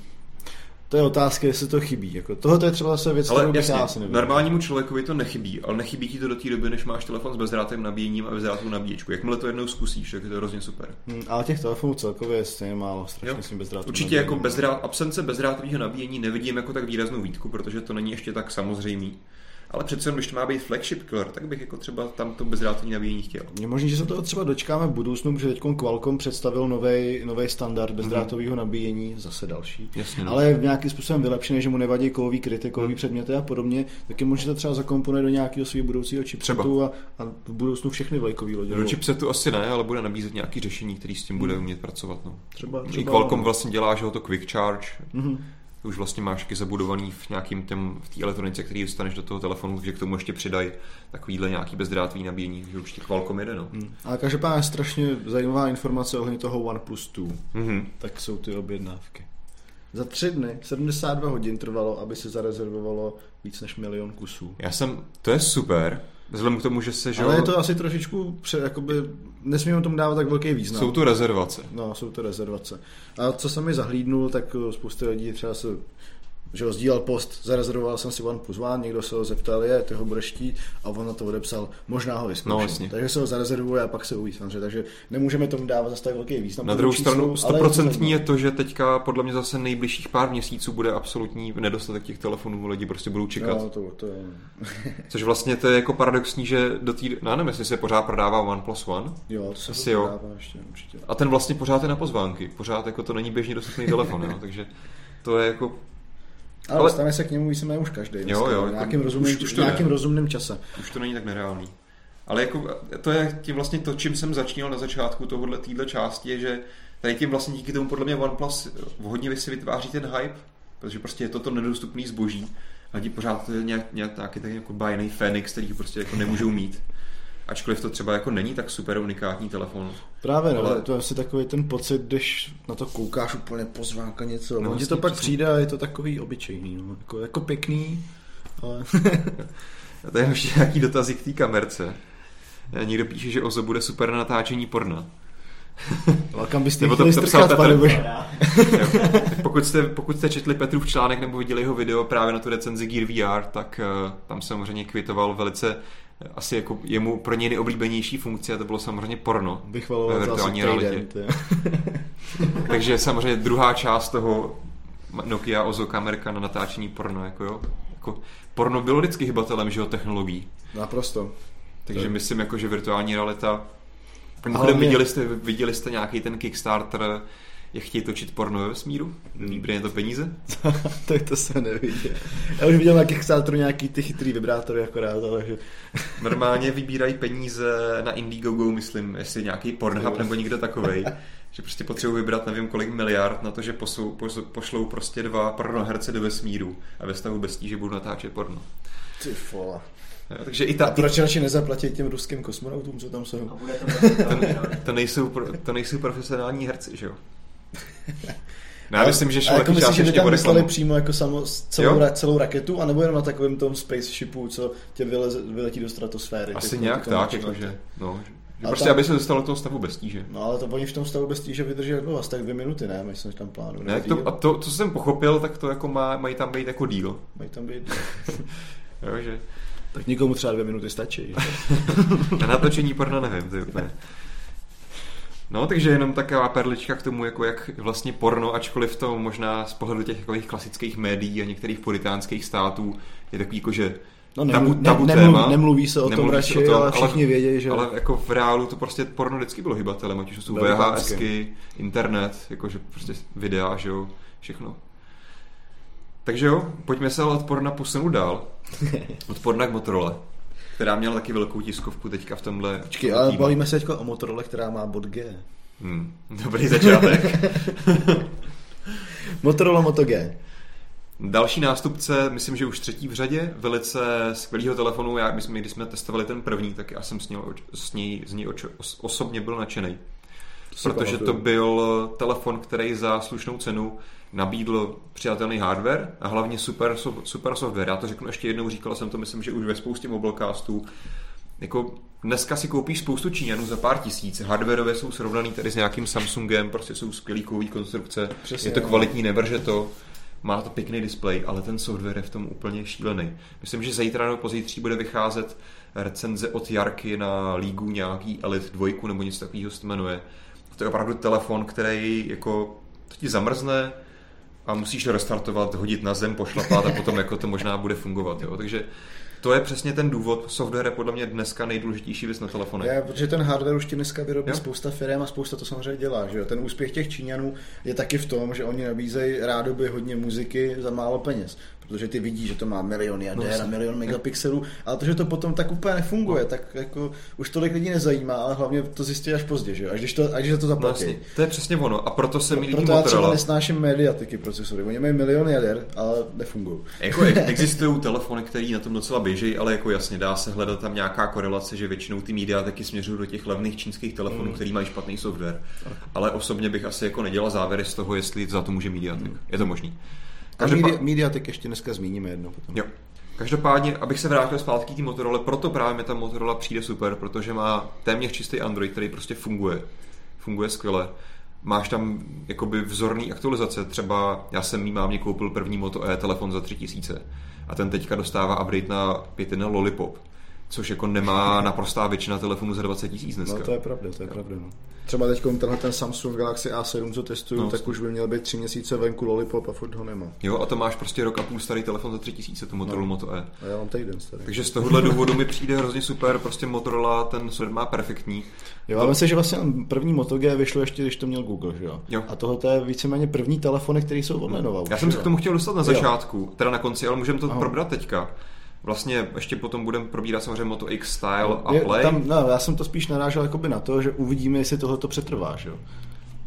To je otázka, jestli to chybí. Jako, tohle je třeba zase věc, kterou bych já asi nevěděl. Normálnímu člověkovi to nechybí, ale nechybí ti to do té doby, než máš telefon s bezdrátovým nabíjením a bezdrátovou nabíječku. Jakmile to jednou zkusíš, tak je to hrozně super. Ale těch telefonů celkově je stejně málo, strašně s tím bezdrátovým. Určitě jako absence bezdrátového nabíjení nevidím jako tak výraznou výtku, protože to není ještě tak samozřejmý. Ale přece když to má být flagship killer, tak bych jako třeba tam to bezdrátový nabíjení chtěl. Je možné, že se toho třeba dočkáme v budoucnu, protože teď Qualcomm představil nový standard bezdrátového nabíjení, zase další. Jasně, no. Ale nějakým způsobem vylepšený, že mu nevadí kovový kryty, kovový předměty a podobně, taky můžete třeba zakomponovat do nějakého svého budoucího chipsetu a v budoucnu všechny vlajkový lodě. Do chipsetu asi ne, ale bude nabízet nějaké řešení, který s tím bude umět pracovat. No. Třeba Qualcomm vlastně dělá, že ho to Quick Charge. To už vlastně máš taky zabudovaný v nějakým v té elektronice, který dostaneš do toho telefonu, že k tomu ještě přidají takovýhle nějaký bezdrátový nabíjení, že určitě Qualcomm jede, no. Ale každopádně strašně zajímavá informace ohledně toho OnePlus 2. Tak jsou ty objednávky. Za 3 dny 72 hodin trvalo, aby se zarezervovalo víc než 1 milion kusů. To je super. Vzhledem k tomu, že se... Ale je to asi trošičku, nesmíme tomu dávat tak velký význam. Jsou to rezervace. No, jsou to rezervace. A co jsem mi zahlídnul, tak spousta lidí třeba se sdílel post, zarezervoval jsem si OnePlus One, někdo se ho zeptal, ty ho budeš chtít, a on na to odepsal, možná ho vyzkouším. Takže se ho zarezervuje a pak se uvidí. Takže nemůžeme tomu dávat zase tak velký význam. Na druhou stranu 100% je to, že teďka podle mě zase nejbližších pár měsíců bude absolutní nedostatek těch telefonů, lidi prostě budou čekat. No, to je... Což vlastně to je jako paradoxní, že nevím, jestli se pořád prodává OnePlus One. Jo, to se prodává ještě určitě. A ten vlastně pořád je na pozvánky. Pořád jako to není běžně dostupný telefon, jo? Takže to je jako... Ale dostane se k němu víceméně už každý. Nějakým rozumným čase. Už to není tak nereálný. Ale jako, to je tím vlastně to, čím jsem začínal na začátku téhle části, je, že tady tím vlastně díky tomu podle mě OnePlus hodně si vytváří ten hype, protože prostě je to nedostupný zboží. Lidi pořád nějaký tak jako bájný Fenix, který prostě jako nemůžou mít. Ačkoliv to třeba jako není tak super unikátní telefon. Právě, ale to je asi takový ten pocit, když na to koukáš úplně pozvánka něco. No, to pak přijde a je to takový obyčejný, no. Jako pěkný, ale... A tady ještě nějaký dotazy k té kamerce. Někdo píše, že Ozo bude super na natáčení porna. Ale kam byste Nebo chtěli to psal strkat, pane Petr. bože? Pokud jste četli Petrův článek nebo viděli jeho video právě na tu recenzi Gear VR, tak tam samozřejmě kvitoval velice asi jako jemu pro něj nejoblíbenější funkce a to bylo samozřejmě porno ve virtuální realitě. Takže samozřejmě druhá část toho Nokia Ozo kamerka na natáčení porno. Jako porno bylo vždycky hybatelem, že jo, technologií. Naprosto. Takže myslím, jako, že virtuální realita... Viděli jste nějaký ten Kickstarter, jak chtějí točit porno ve vesmíru? Výbrně to peníze? Tak to jsem neviděl. Já už viděl na Kickstarteru nějaký ty chytrý vibrátory akorát, ale že... Normálně vybírají peníze na Indiegogo, myslím, jestli nějaký Pornhub nebo někdo takovej, že prostě potřebují vybrat nevím kolik miliard na to, že pošlou prostě 2 pornoherce do vesmíru a ve stavu bez tíže budou natáčet porno. Ty fola. Takže i a proč radši nezaplatí těm ruským kosmonautům, co tam jsou? To nejsou profesionální herci, že jo? No, já myslím, že šlo jako myslíš, že by tam vyslali přímo jako celou raketu, anebo jenom na takovém tom spaceshipu, co tě vyletí do stratosféry? Asi nějak tak, jakože, no. Prostě tam, aby se dostalo do toho stavu bez tíže. No ale to oni v tom stavu bez tíže vydrží jako asi tak 2 minuty, ne? Myslím, že tam plánu. Ne, to, co jsem pochopil, tak to jako mají tam být jako díl. Mají tam být jo, že... Tak nikomu třeba 2 minuty stačí. Na natočení porna nevím, to je úplně... No, takže jenom taková perlička k tomu, jako jak vlastně porno, ačkoliv to možná z pohledu těch takových klasických médií a některých puritánských států je takový jako, že tabu téma. Nemluví se o tom radši, ale všichni vědějí, že... Ale jako v reálu to prostě porno vždycky bylo hybatelem, ať už jsou VHSky, internet, jakože prostě videa, že jo, všechno. Takže jo, pojďme se od porna posunout dál. Od porna k Motorola, která měla taky velkou tiskovku teďka v tomhle... Počkej, ale bavíme se teďka o Motorola, která má bod G. Dobrý začátek. Motorola Moto G. Další nástupce, myslím, že už 3. v řadě, velice skvělýho telefonu. Když jsme testovali ten první, tak já jsem z něj osobně byl nadšenej. Protože to byl telefon, který za slušnou cenu nabídl přijatelný hardware a hlavně super software. Já to řeknu ještě jednou, říkal jsem to, myslím, že už ve spoustě mobilecastů. Jako dneska si koupíš spoustu Číňanů za pár tisíc, hardwareové jsou srovnaný tady s nějakým Samsungem, prostě jsou skvělý kový konstrukce, přesně, je to kvalitní, nevrže to, má to pěkný displej, ale ten software je v tom úplně šílený. Myslím, že zítra nebo pozítří bude vycházet recenze od Jarky na Lígu nějaký Elite 2 nebo něco takového se jmenuje. To je opravdu telefon, který jako to ti zamrzne a musíš to restartovat, hodit na zem, pošlapat a potom jako to možná bude fungovat. Jo? Takže to je přesně ten důvod. Software je podle mě dneska nejdůležitější věc na telefonech. Protože ten hardware už ti dneska vyrobí spousta firem a spousta to samozřejmě dělá. Že jo? Ten úspěch těch Číňanů je taky v tom, že oni nabízejí rádoby hodně muziky za málo peněz. Protože ty vidí, že to má milion jader a milion megapixelů, ale to, že to potom tak úplně nefunguje, tak jako už tolik lidí nezajímá, ale hlavně to zjistí až pozdě, že jo? Až když to zaplatí. No, to je přesně ono a proto se mi líbí Motorola. Proto já třeba nesnáším mediatiky procesory, oni mají milion jader, ale nefungují. Jako existují telefony, které na tom docela běží, ale jako jasně dá se hledat tam nějaká korelace, že většinou ty mediatiky směřují do těch levných čínských telefonů, který mají špatný software. Ale osobně bych asi jako nedělal závěry z toho, jestli za to může mediatik. Je to možný. Mediatek ještě dneska zmíníme jedno potom. Jo. Každopádně, abych se vrátil zpátky k té Motorola, proto právě mi ta Motorola přijde super, protože má téměř čistý Android, který prostě funguje skvěle. Máš tam jakoby vzorný aktualizace, třeba já jsem mý mámě koupil první Moto E telefon za 3000 a ten teďka dostává update na 5.1 Lollipop, což jako nemá naprostá většina telefonů za 20 000 dneska. No to je pravda. No. Třeba teď ten Samsung Galaxy A7, co testuju, tak už by měl být 3 měsíce venku Lollipop a furt ho nemá. Jo, a to máš prostě rok a půl starý telefon za 3000, tu Motorola Moto E. A já mám týden starý. Takže z tohohle důvodu mi přijde hrozně super, prostě Motorola ten software má perfektní. Jo, ale myslím, že vlastně první Moto G vyšlo ještě, když to měl Google, že jo? A tohle je víceméně první telefony, které jsou od Lenovo. Já jsem se k tomu chtěl dostat na začátku, teda na konci, ale můžeme to probrat teďka. Vlastně ještě potom budeme probírat samozřejmě Moto X Style a Play. Já jsem to spíš narážel jakoby na to, že uvidíme, jestli tohle to přetrvá, že jo?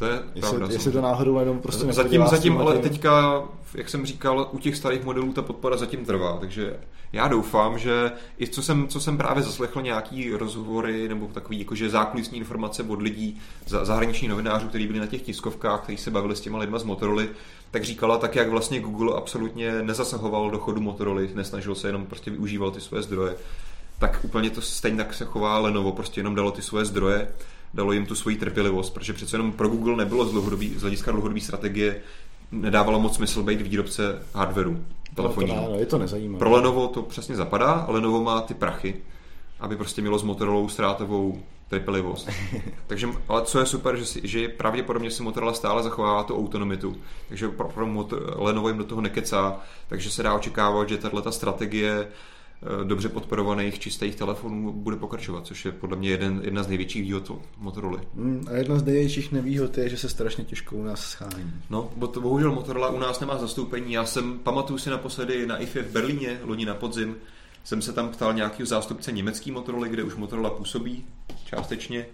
To je pravda. Jestli to náhodou jenom prostě zatím ale teďka, jak jsem říkal, u těch starých modelů ta podpora zatím trvá, takže já doufám, že i co jsem právě zaslechl nějaký rozhovory nebo takový jakože zákulisní informace od lidí, zahraniční novinářů, kteří byli na těch tiskovkách, kteří se bavili s těma lidma z Motorola, tak říkala tak, jak vlastně Google absolutně nezasahoval do chodu Motorola, nesnažil se, jenom prostě využíval ty svoje zdroje, tak úplně to stejně tak se chová Lenovo, prostě jenom dalo ty svoje zdroje, dalo jim tu svoji trpělivost, protože přece jenom pro Google nebylo z hlediska dlouhodobé strategie, nedávalo moc smysl být výrobce hardwareu telefonního. Je to nezajímavé. Pro Lenovo to přesně zapadá, a Lenovo má ty prachy, aby prostě mělo s Motorolou ztrátovou trpělivost. Takže, ale co je super, že pravděpodobně si Motorola stále zachovává tu autonomitu, takže pro Lenovo jim do toho nekecá, takže se dá očekávat, že tato strategie dobře podporovaných čistých telefonů bude pokračovat, což je podle mě jedna z největších výhod Motorola. A jedna z největších nevýhod je, že se strašně těžko u nás schání. No, bohužel Motorola u nás nemá zastoupení. Pamatuju si naposledy na IFE v Berlíně, loni na podzim, jsem se tam ptal nějakého zástupce německý Motorola, kde už Motorola působí částečně.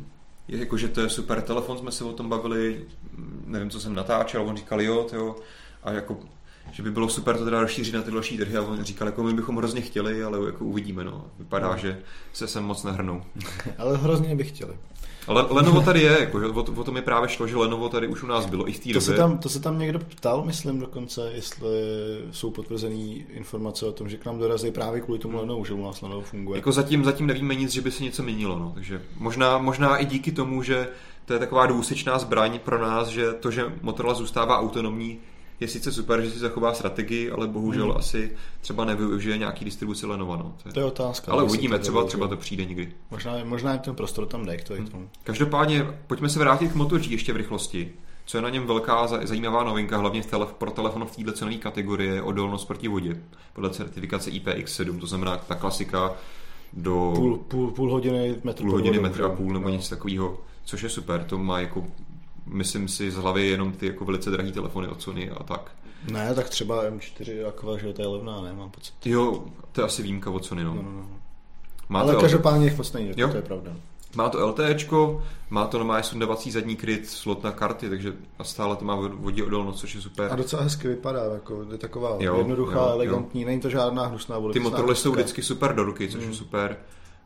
Je jako, že to je super telefon, jsme se o tom bavili, nevím, co jsem natáčel, on říkal jo, a jako že by bylo super to teda rozšířit na ty další trhy a on říkal, jako my bychom hrozně chtěli, ale jako uvidíme, no. Vypadá, že se sem moc nehrnou. Ale hrozně by chtěli. Ale Lenovo tady je, jako, že o tom je právě šlo, že Lenovo tady už u nás bylo i v té době. To se tam někdo ptal, myslím dokonce, jestli jsou potvrzený informace o tom, že k nám dorazí právě kvůli tomu Lenovu, že u nás Lenovo funguje. Jako zatím nevíme nic, že by se něco měnilo, no. Takže možná i díky tomu, že to je taková dvousečná zbraň pro nás, že to, že Motorola zůstává autonomní, je sice super, že si zachová strategii, ale bohužel asi třeba nevyužije nějaký distribuci Lenova. No. To je otázka. Ale uvidíme, třeba to přijde někdy. Možná ten prostor tam jde k tomu. Každopádně pojďme se vrátit k Moto G ještě v rychlosti. Co je na něm velká zajímavá novinka, hlavně pro telefon v této cenové kategorii, je odolnost proti vodě. Podle certifikace IPX7, to znamená ta klasika do půl hodiny, metr a půl nebo něco takového, což je super. To má jako myslím si z hlavy jenom ty jako velice drahý telefony od Sony a tak. Ne, tak třeba M4 Aqua, že to je levná, ne? Mám pocit. Jo, to je asi výjimka od Sony, no. Má ale každopádně jich moc není, to je pravda. Má to LTEčko, má to normálně sundavací zadní kryt, slot na karty, takže a stále to má vodě odolnost, což je super. A docela hezky vypadá, jako je taková jednoduchá, elegantní, není to žádná hnusná Ty Motorola jsou vždycky super do ruky, což je super.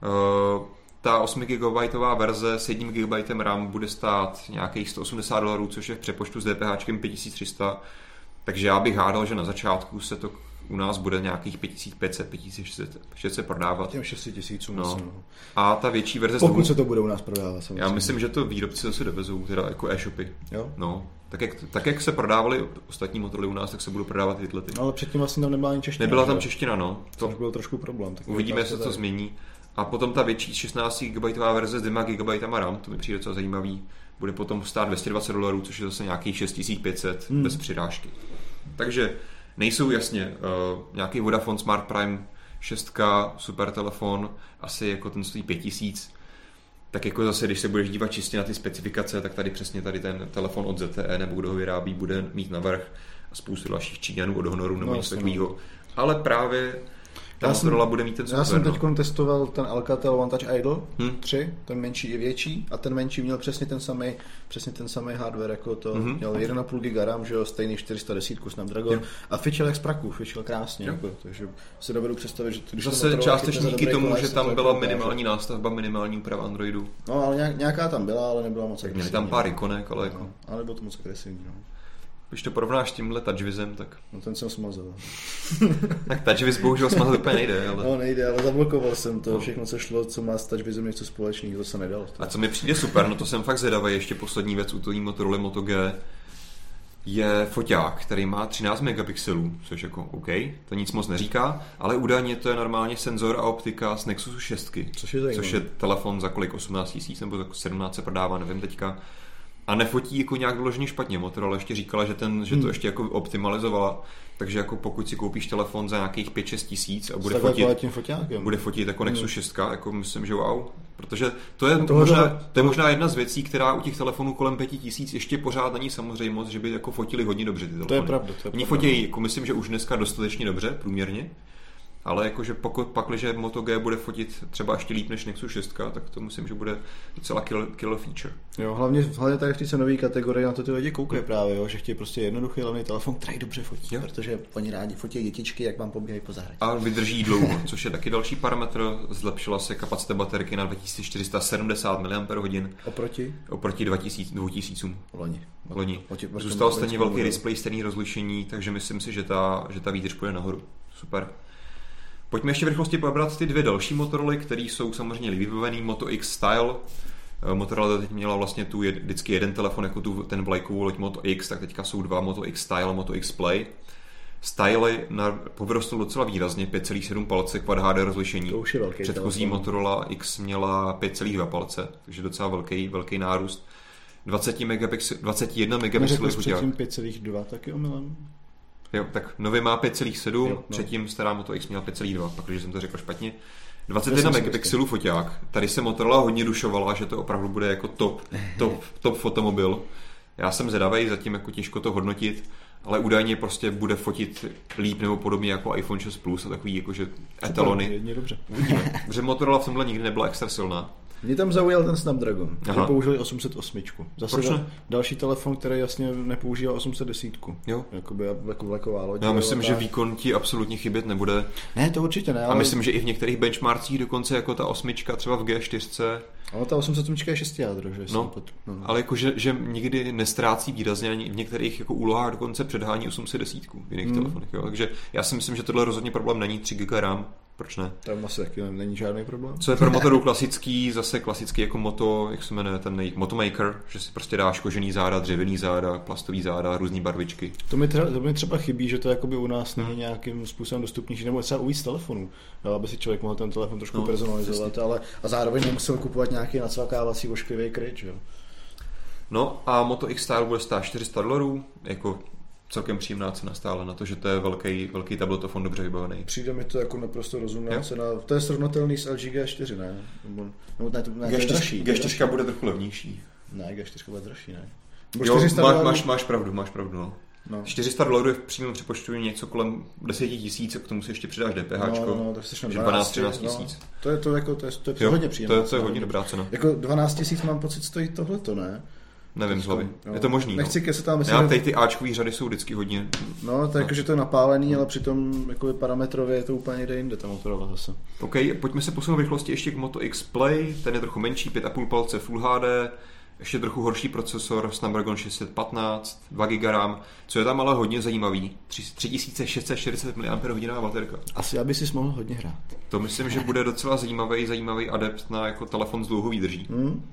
Ta 8 GB verze s 1 GB RAM bude stát nějakých $180, což je v přepočtu s DPHčkem 5300. Takže já bych hádal, že na začátku se to u nás bude nějakých 5500, 5600 prodávat. Těm 6000 no. A ta větší verze... Pokud se to bude u nás prodávat. Samozřejmě. Já myslím, že to výrobci zase dovezou, teda jako e-shopy. Jo? No. Tak jak se prodávaly ostatní Motorola u nás, tak se budou prodávat tyhle. No, ale předtím vlastně tam nebyla ani čeština. Nebyla tam čeština, no. To byl trošku problém. Uvidíme, jestli to změní. A potom ta větší 16 GB verze s 2 GB RAM, to mi přijde docela zajímavý, bude potom stát $220, což je zase nějakých 6500 bez přirážky. Takže nejsou jasně nějaký Vodafone Smart Prime 6, super telefon, asi jako ten stojí 5000. Tak jako zase, když se budeš dívat čistě na ty specifikace, tak tady ten telefon od ZTE nebo kdo ho vyrábí, bude mít navrch a spoustu dalších Číňanů od Honoru nebo něco takového. Ale právě ta Motorola bude mít ten super. Já jsem teď testoval ten Alcatel One Touch Idol 3, ten menší i větší, a ten menší měl přesně ten samý hardware jako to. Měl 1,5 GB RAM, že jo, stejný 410 Snapdragon a fičel jak z praku, fičel krásně. Jako, takže si dovedu představit, že když zase částečně díky tomu, že tam byla minimální nástavba, minimální úprava Androidu. No, ale nějaká tam byla, ale nebyla moc agresivní. Měli tam pár ikonek, ale jako... No, ale nebylo to moc agresivní, no. Když to porovnáš s tímhle TouchWizem, tak... No ten jsem smazal. Tak TouchWiz bohužel smazat úplně nejde, ale... No nejde, ale zablokoval jsem to, všechno co šlo, co má s TouchWizem něco společného, to se nedalo. A co mi přijde super, no to jsem fakt zvědavý, ještě poslední věc u toho Motorola Moto G, je foťák, který má 13 megapixelů, což jako OK, to nic moc neříká, ale údajně to je normálně senzor a optika z Nexusu 6, což je telefon za kolik, 18 000 nebo za 17 se prodává, nevím teďka. A nefotí jako nějak vyloženě špatně. Motorola ještě říkala, že to ještě jako optimalizovala. Takže jako pokud si koupíš telefon za nějakých 5-6 tisíc a bude fotit jako Nexus 6, jako myslím, že wow. Protože to je možná jedna z věcí, která u těch telefonů kolem 5000 ještě pořád není samozřejmost, že by jako fotili hodně dobře ty telefony. To je pravda. Oni fotějí, jako myslím, že už dneska dostatečně dobře, průměrně. Ale jakože pokud pakliže Moto G bude fotit třeba ještě líp než Nexus 6, tak to myslím, že bude docela killer feature. Jo, hlavně tady v té cenové kategorii na to ty lidi koukají právě, jo, že chtějí prostě jednoduchý hlavný telefon, který dobře fotí, jo. Protože oni rádi fotí dětičky, jak vám pobíhají po zahradě. A vydrží dlouho, což je taky další parametr. Zlepšila se kapacita baterky na 2470 mAh. Oproti 2000. Loni. Zůstal stejně velký displej, stejný rozlišení, takže myslím si, že ta výdrž půjde nahoru. Super. Pojďme ještě v rychlosti probrat ty dvě další Motorola, které jsou samozřejmě vybavený Moto X Style. Motorola teď měla vlastně vždycky jeden telefon, jako ten vlajkovou loď Moto X, tak teďka jsou dva Moto X Style a Moto X Play. Style povyrostl docela výrazně, 5,7 palce Quad HD rozlišení. To už je velký. Předchozí Motorola X měla 5,2 palce, takže docela velký nárůst. 21 megapixelů foťák. Předtím 5,2 taky omylem. Jo, tak nově má 5,7, předtím stará Moto X měla 5,2, pak když jsem to řekl špatně. 21 megapixelů foťák. Tady se Motorola hodně dušovala, že to opravdu bude jako top fotomobil. Já jsem zvědavej, zatím jako těžko to hodnotit, ale údajně prostě bude fotit líp nebo podobně jako iPhone 6 Plus a takový jakože etalony. Dobře. Uvidíme, protože Motorola v tomhle nikdy nebyla extra silná. Mě tam zaujal ten Snapdragon, že použili 808. Zase další telefon, který jasně nepoužívá 810. Jo. Jakoby jako vlaková loď. Já myslím, že výkon ti absolutně chybět nebude. Ne, to určitě ne. A myslím, že i v některých benchmarkcích dokonce jako ta 8, třeba v G4. Ale ta 807 je 6 jádro, že? Ale jako, že nikdy nestrácí výrazně, ani v některých jako úlohách dokonce předhání 810 v jiných telefonech. Jo? Takže já si myslím, že tohle rozhodně problém není, 3 GB RAM. Proč ne? Tam asi taky není žádný problém. Co je pro Motoru klasický jako Moto, jak se jmenuje ten Motomaker, že si prostě dáš kožený záda, dřevěný záda, plastový záda, různý barvičky. To mi třeba chybí, že to jakoby u nás není nějakým způsobem dostupnější, nebo třeba u víc telefonů, aby si člověk mohl ten telefon trošku personalizovat, a zároveň nemusel kupovat nějaký nacvakávací ošklivý kryt, jo. No a Moto X Style bude stát $400, jako celkem příjemná cena stále na to, že to je velký tabletofon dobře vybavený. Přijde mi to jako naprosto rozumná cena. To je srovnatelný s LG G4, ne? G4 bude trochu levnější. Ne, G4 bude dražší, ne? Jo, máš pravdu, no. $400 je v přímém přepočtu něco kolem 10 000, k tomu si ještě přidáš DPH, to 12-13 tisíc. To je hodně příjemné. To je hodně dobrá cena. Jako 12 000 mám pocit, stojí tohleto, ne? Nevím z hlavy. Je to možný. Nechci kecat, myslím. Tady ty Ačkový řady jsou vždycky hodně. No, tak jakože to je napálený, ale přitom jako parametrově je to úplně jde ta Motorola zase. OK, pojďme se posunout v rychlosti ještě k Moto X Play. Ten je trochu menší, 5,5 palce Full HD, ještě trochu horší procesor, Snapdragon 615, 2 GB RAM, co je tam ale hodně zajímavý, 3640 mAh baterka. Asi aby si mohl hodně hrát. To myslím, že bude docela zajímavý adept na jako telefon s dlouhou výdrží.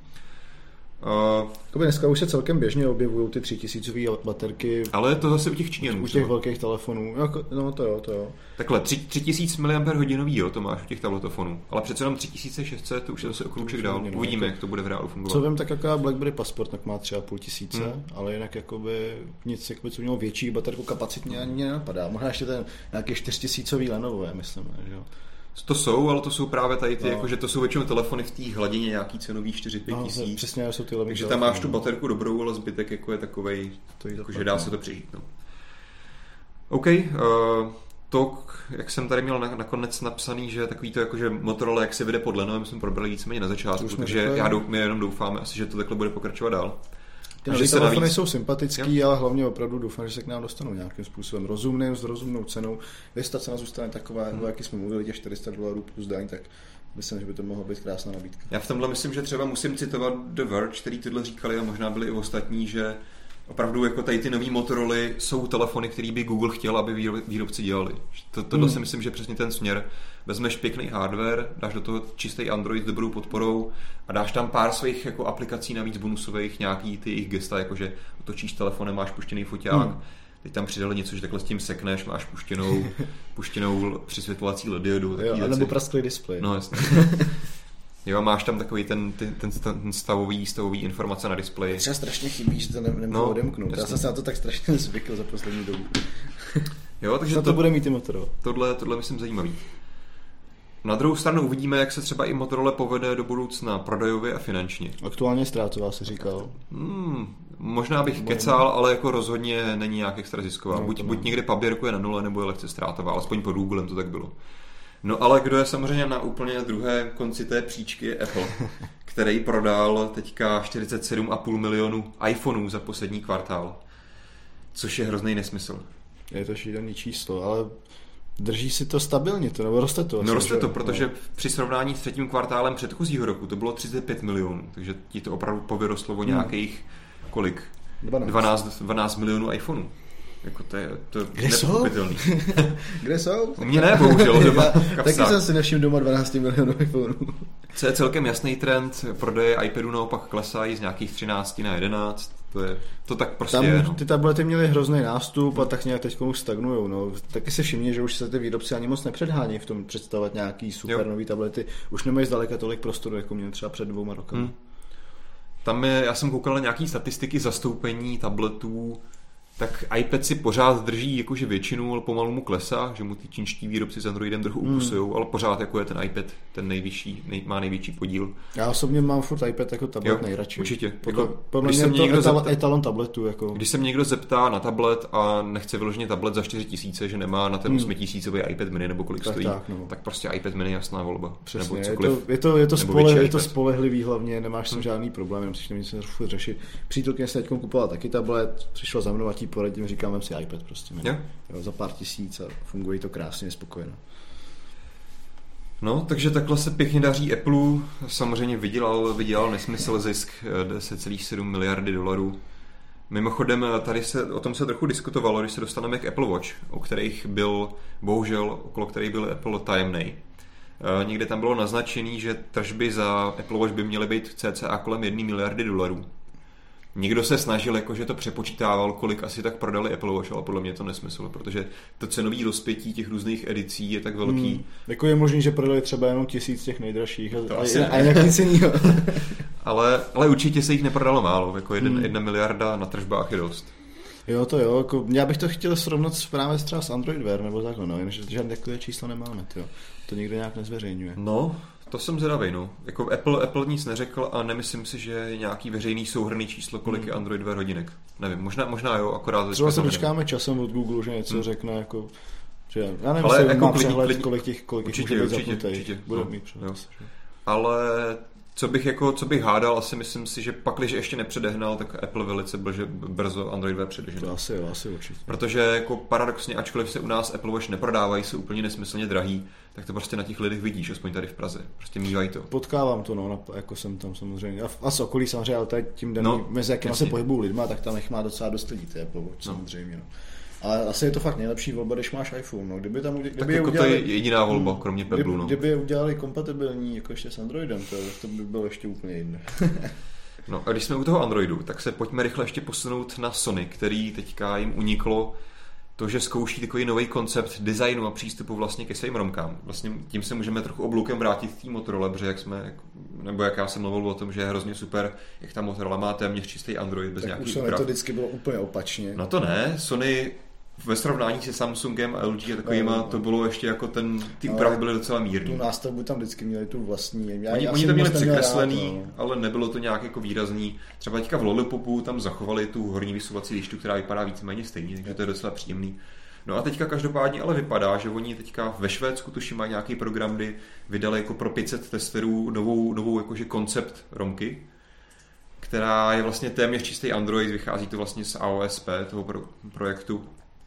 Dneska už se celkem běžně objevují ty 3000 baterky. Ale to zase u těch Číňanů. U těch velkých telefonů. No to jo. Takhle, 3000 mAh, jo, to máš u těch tabletofonu. Ale přece jenom 3600, to už je zase o krůček dál. Uvidíme, jak to bude v reálu fungovat. Co vím, tak jaká BlackBerry Passport, tak má 3500, ale jinak jakoby nic, jakoby, co mělo větší baterku kapacitně ani nenapadá. Možná ještě ten nějaký 4000 Lenovo, myslím, že jo. To jsou, ale to jsou právě tady ty, jakože to jsou většinou telefony v té hladině nějaký cenový 4-5 tisíc. Přesně, jsou ty levný. Takže tam máš tu baterku dobrou, ale zbytek jako je takovej, jakože dá se to přežít. No. OK, to, jak jsem tady měl nakonec napsaný, že takový to jakože Motorola, jak se vede podle, my jsme probrali víceméně na začátku, takže my jenom doufáme asi, že to takhle bude pokračovat dál. Ty telefony jsou sympatický, ale hlavně opravdu doufám, že se k nám dostanou nějakým způsobem rozumným, s rozumnou cenou. Když ta cena zůstane taková, jaký jsme mluvili, těch $400 plus daň, tak myslím, že by to mohla být krásná nabídka. Já v tomhle myslím, že třeba musím citovat The Verge, který tohle říkali a možná byli i ostatní, že opravdu jako tady ty nový Motoroly jsou telefony, který by Google chtěl, aby výrobci dělali. Tohle si myslím, že přesně ten směr. Vezmeš pěkný hardware, dáš do toho čistý Android s dobrou podporou a dáš tam pár svých jako aplikací navíc bonusových, nějaký ty jejich gesta, jakože otočíš telefonem, máš puštěný foťák, teď tam přidali něco, že takhle s tím sekneš, máš puštěnou přisvětlovací LED-diodu. Nebo prasklý displej. No jasně. Jo, máš tam takový ten stavový informace na displeji. Třeba strašně chybí, že to nemůžu odemknout. Já jsem se na to tak strašně zvykl za poslední dobu. Jo, takže to bude mít i Motorola. Tohle myslím zajímavý. Na druhou stranu uvidíme, jak se třeba i Motorola povede do budoucna prodajově a finančně. Aktuálně ztrátová, si říkal. Možná bych kecal, ale jako rozhodně není nějak extra zisková. Buď někde paběrku je na nule, nebo je lehce ztrátová, alespoň pod Googlem to tak bylo. No ale kdo je samozřejmě na úplně druhé konci té příčky je Apple, který prodal teďka 47,5 milionů iPhoneů za poslední kvartál, což je hrozný nesmysl. Je to šílený číslo, ale drží si to stabilně, to, nebo roste to? No roste to, protože při srovnání s třetím kvartálem předchozího roku to bylo 35 milionů, takže ti to opravdu povyrostlo o nějakých, kolik? 12 milionů iPhoneů. Jako to je nepochopitelný. Kde jsou? U mě ne, bohužel. Doma, taky jsem si nevšiml doma 12 milionů iPhoneů. Co je celkem jasný trend, prodeje iPadů naopak klesají z nějakých 13 na 11. To tak prostě tam je. No. Ty tablety měly hrozný nástup a tak nějak teď už stagnujou. No. Taky se všimně, že už se ty výrobci ani moc nepředhání v tom představovat nějaký super nový tablety. Už nemají zdaleka tolik prostoru, jako měli třeba před 2 roky. Tam já jsem koukal na nějaký statistiky zastoupení tabletů, tak iPad si pořád drží jakože většinu, ale pomalu mu klesá, že mu ty čínští výrobci s Androidem trochu ukusujou, ale pořád jako je ten iPad ten nejvyšší, má největší podíl. Já osobně mám furt iPad jako tablet nejradši. Určitě. Podle mě je to etalon tabletu. Jako. Když se mě někdo zeptá na tablet a nechce vyloženě tablet za 4 000, že nemá na ten 8 000 iPad mini nebo kolik stojí, tak prostě iPad mini jasná volba. Přesně, nebo cokoliv, je to spolehlivý hlavně, nemáš s tím žádný problém, nemusíš nic řešit. Přítelkyně se teď kupovala taky tablet, přišla za mnou a poradím, říkám, vem si iPad prostě. Jo, za pár tisíc a funguje to krásně, spokojeno. No, takže takhle se pěkně daří Apple. Samozřejmě vydělal nesmysl zisk 10,7 miliardy dolarů. Mimochodem, o tom se trochu diskutovalo, když se dostaneme k Apple Watch, okolo kterých byl Apple tajemnej. Někde tam bylo naznačený, že tržby za Apple Watch by měly být cca kolem 1 miliardy dolarů. Někdo se snažil, jakože to přepočítával, kolik asi tak prodali Apple Watch, ale podle mě to nesmysl, protože to cenový rozpětí těch různých edicí je tak velký. Jako je možný, že prodali třeba jenom 1000 těch nejdražších a jinak nic jinýho. ale určitě se jich neprodalo málo, jako 1 miliarda na tržbách je dost. Jo, to jo, jako já bych to chtěl srovnat právě třeba s Android Wear nebo takhle, no, jenže žádné takové číslo nemáme, tyjo. To nikdo nějak nezveřejňuje. No, to jsem zvědavej, no. Jako Apple nic neřekl a nemyslím si, že je nějaký veřejný souhrnný číslo, kolik je Android Wear hodinek. Nevím, možná jo, akorát... Třeba se dočkáme časem od Google, že něco řekne, jako... Že já nevím, ale jako mám přehled, kolik těch může být určitě. Bude mít přehled. Ale co bych hádal, asi myslím si, že pak, když ještě nepředehnal, tak Apple velice brzo Android Wear předežene. To asi určitě. Protože jako paradoxně, ačkoliv se u nás Apple Watch neprodávají, jsou úplně nesmyslně drahý, tak to prostě na těch lidech vidíš, aspoň tady v Praze. Prostě mívají to. Potkávám to, no, jako jsem tam samozřejmě. A z okolí samozřejmě, ale tady tím daný, mezi jakýma se pohybují lidma, tak tam jich má docela dost lidí, ty Apple Watch, samozřejmě. No. Ale asi je to fakt nejlepší volba, když máš iPhone. No. Kdyby jako to je jediná volba, kromě Peblu. No. Kdyby je udělali kompatibilní jako ještě s Androidem, to by bylo ještě úplně jiné. No a když jsme u toho Androidu, tak se pojďme rychle ještě posunout na Sony, který teďka jim uniklo to, že zkouší takový nový koncept designu a přístupu vlastně ke svým romkám. Vlastně tím se můžeme trochu obloukem vrátit k té Motorola, protože jak já jsem mluvil o tom, že je hrozně super, jak ta Motorola má téměř čistý Android bez nějakých úprav. To vždycky bylo úplně opačně. No to ne, Sony ve srovnání se Samsungem a LG a takovýma, to bylo ještě jako ty úpravy byly docela mírný. Tu nástavbu tam vždycky měli tu vlastní. Oni to měli překreslený, ale nebylo to nějak jako výrazný. Třeba teďka v Lollipopu tam zachovali tu horní vysuvací lištu, která vypadá víceméně stejně, takže to je docela příjemný. No a teďka každopádně ale vypadá, že oni teďka ve Švédsku tuším mají nějaký program, kdy vydali jako pro 500 testerů novou jakože koncept romky, která je vlastně téměř čistý Android, vychází to vlastně z AOSP, toho projektu.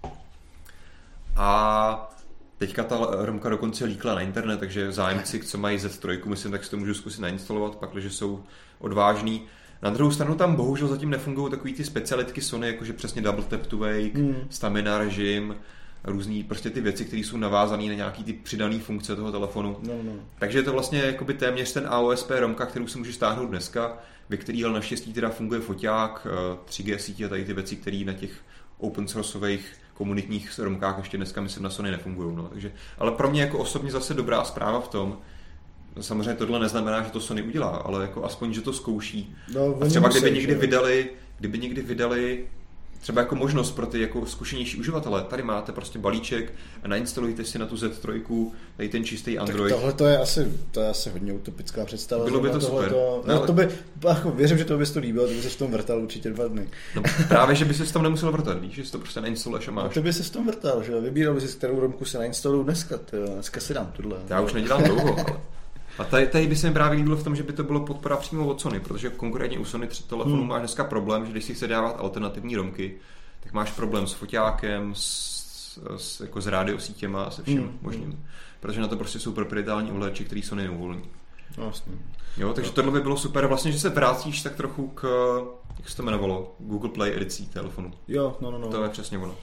A teďka ta romka dokonce líkla na internet, takže zájemci, co mají Z3, myslím, tak si to můžu zkusit nainstalovat, pakliže jsou odvážní. Na druhou stranu tam bohužel zatím nefungují takový ty specialitky Sony, jakože přesně double tap to wake, stamina režim, různý prostě ty věci, které jsou navázané na nějaký ty přidané funkce toho telefonu. No. Takže je to vlastně jakoby téměř ten AOSP romka, kterou si můžeš stáhnout dneska, ve který ale naštěstí teda funguje foťák, 3G sítě a tady ty věci, které na těch open sourceových komunitních romkách ještě dneska myslím na Sony nefungují. No. Takže, ale pro mě jako osobně zase dobrá zpráva v tom, samozřejmě tohle neznamená, že to Sony udělá, ale jako aspoň, že to zkouší. No, a třeba kdyby někdy vydali třeba jako možnost pro ty jako zkušenější uživatele. Tady máte prostě balíček a nainstalujte si na tu Z3 tady ten čistý Android. Tak tohle to je asi hodně utopická představa. Bylo by to super. Věřím, že to bys to líbilo, ty bys se v tom vrtal určitě 2 dny. No, právě, že by se v tom nemusel vrtat, víš, že si to prostě nainstaluješ a máš. A ty by se v tom vrtal, že jo? Vybíral bys si, kterou romku se nainstaluju dneska, dneska si dám tuhle. Já už nedělám dlouho, ale... A tady by se mi právě líbilo v tom, že by to bylo podpora přímo od Sony, protože konkurentně u Sony telefonu máš dneska problém, že když si chce dávat alternativní romky, tak máš problém s foťákem, jako s rádiosítěma a se vším možným. Protože na to prostě jsou proprietární ovladače, který Sony neuvolní. Vlastně. Jo, takže tohle by bylo super. Vlastně, že se vrátíš tak trochu k, jak se to jmenovalo, Google Play edicí telefonu. Jo, no. To je přesně ono.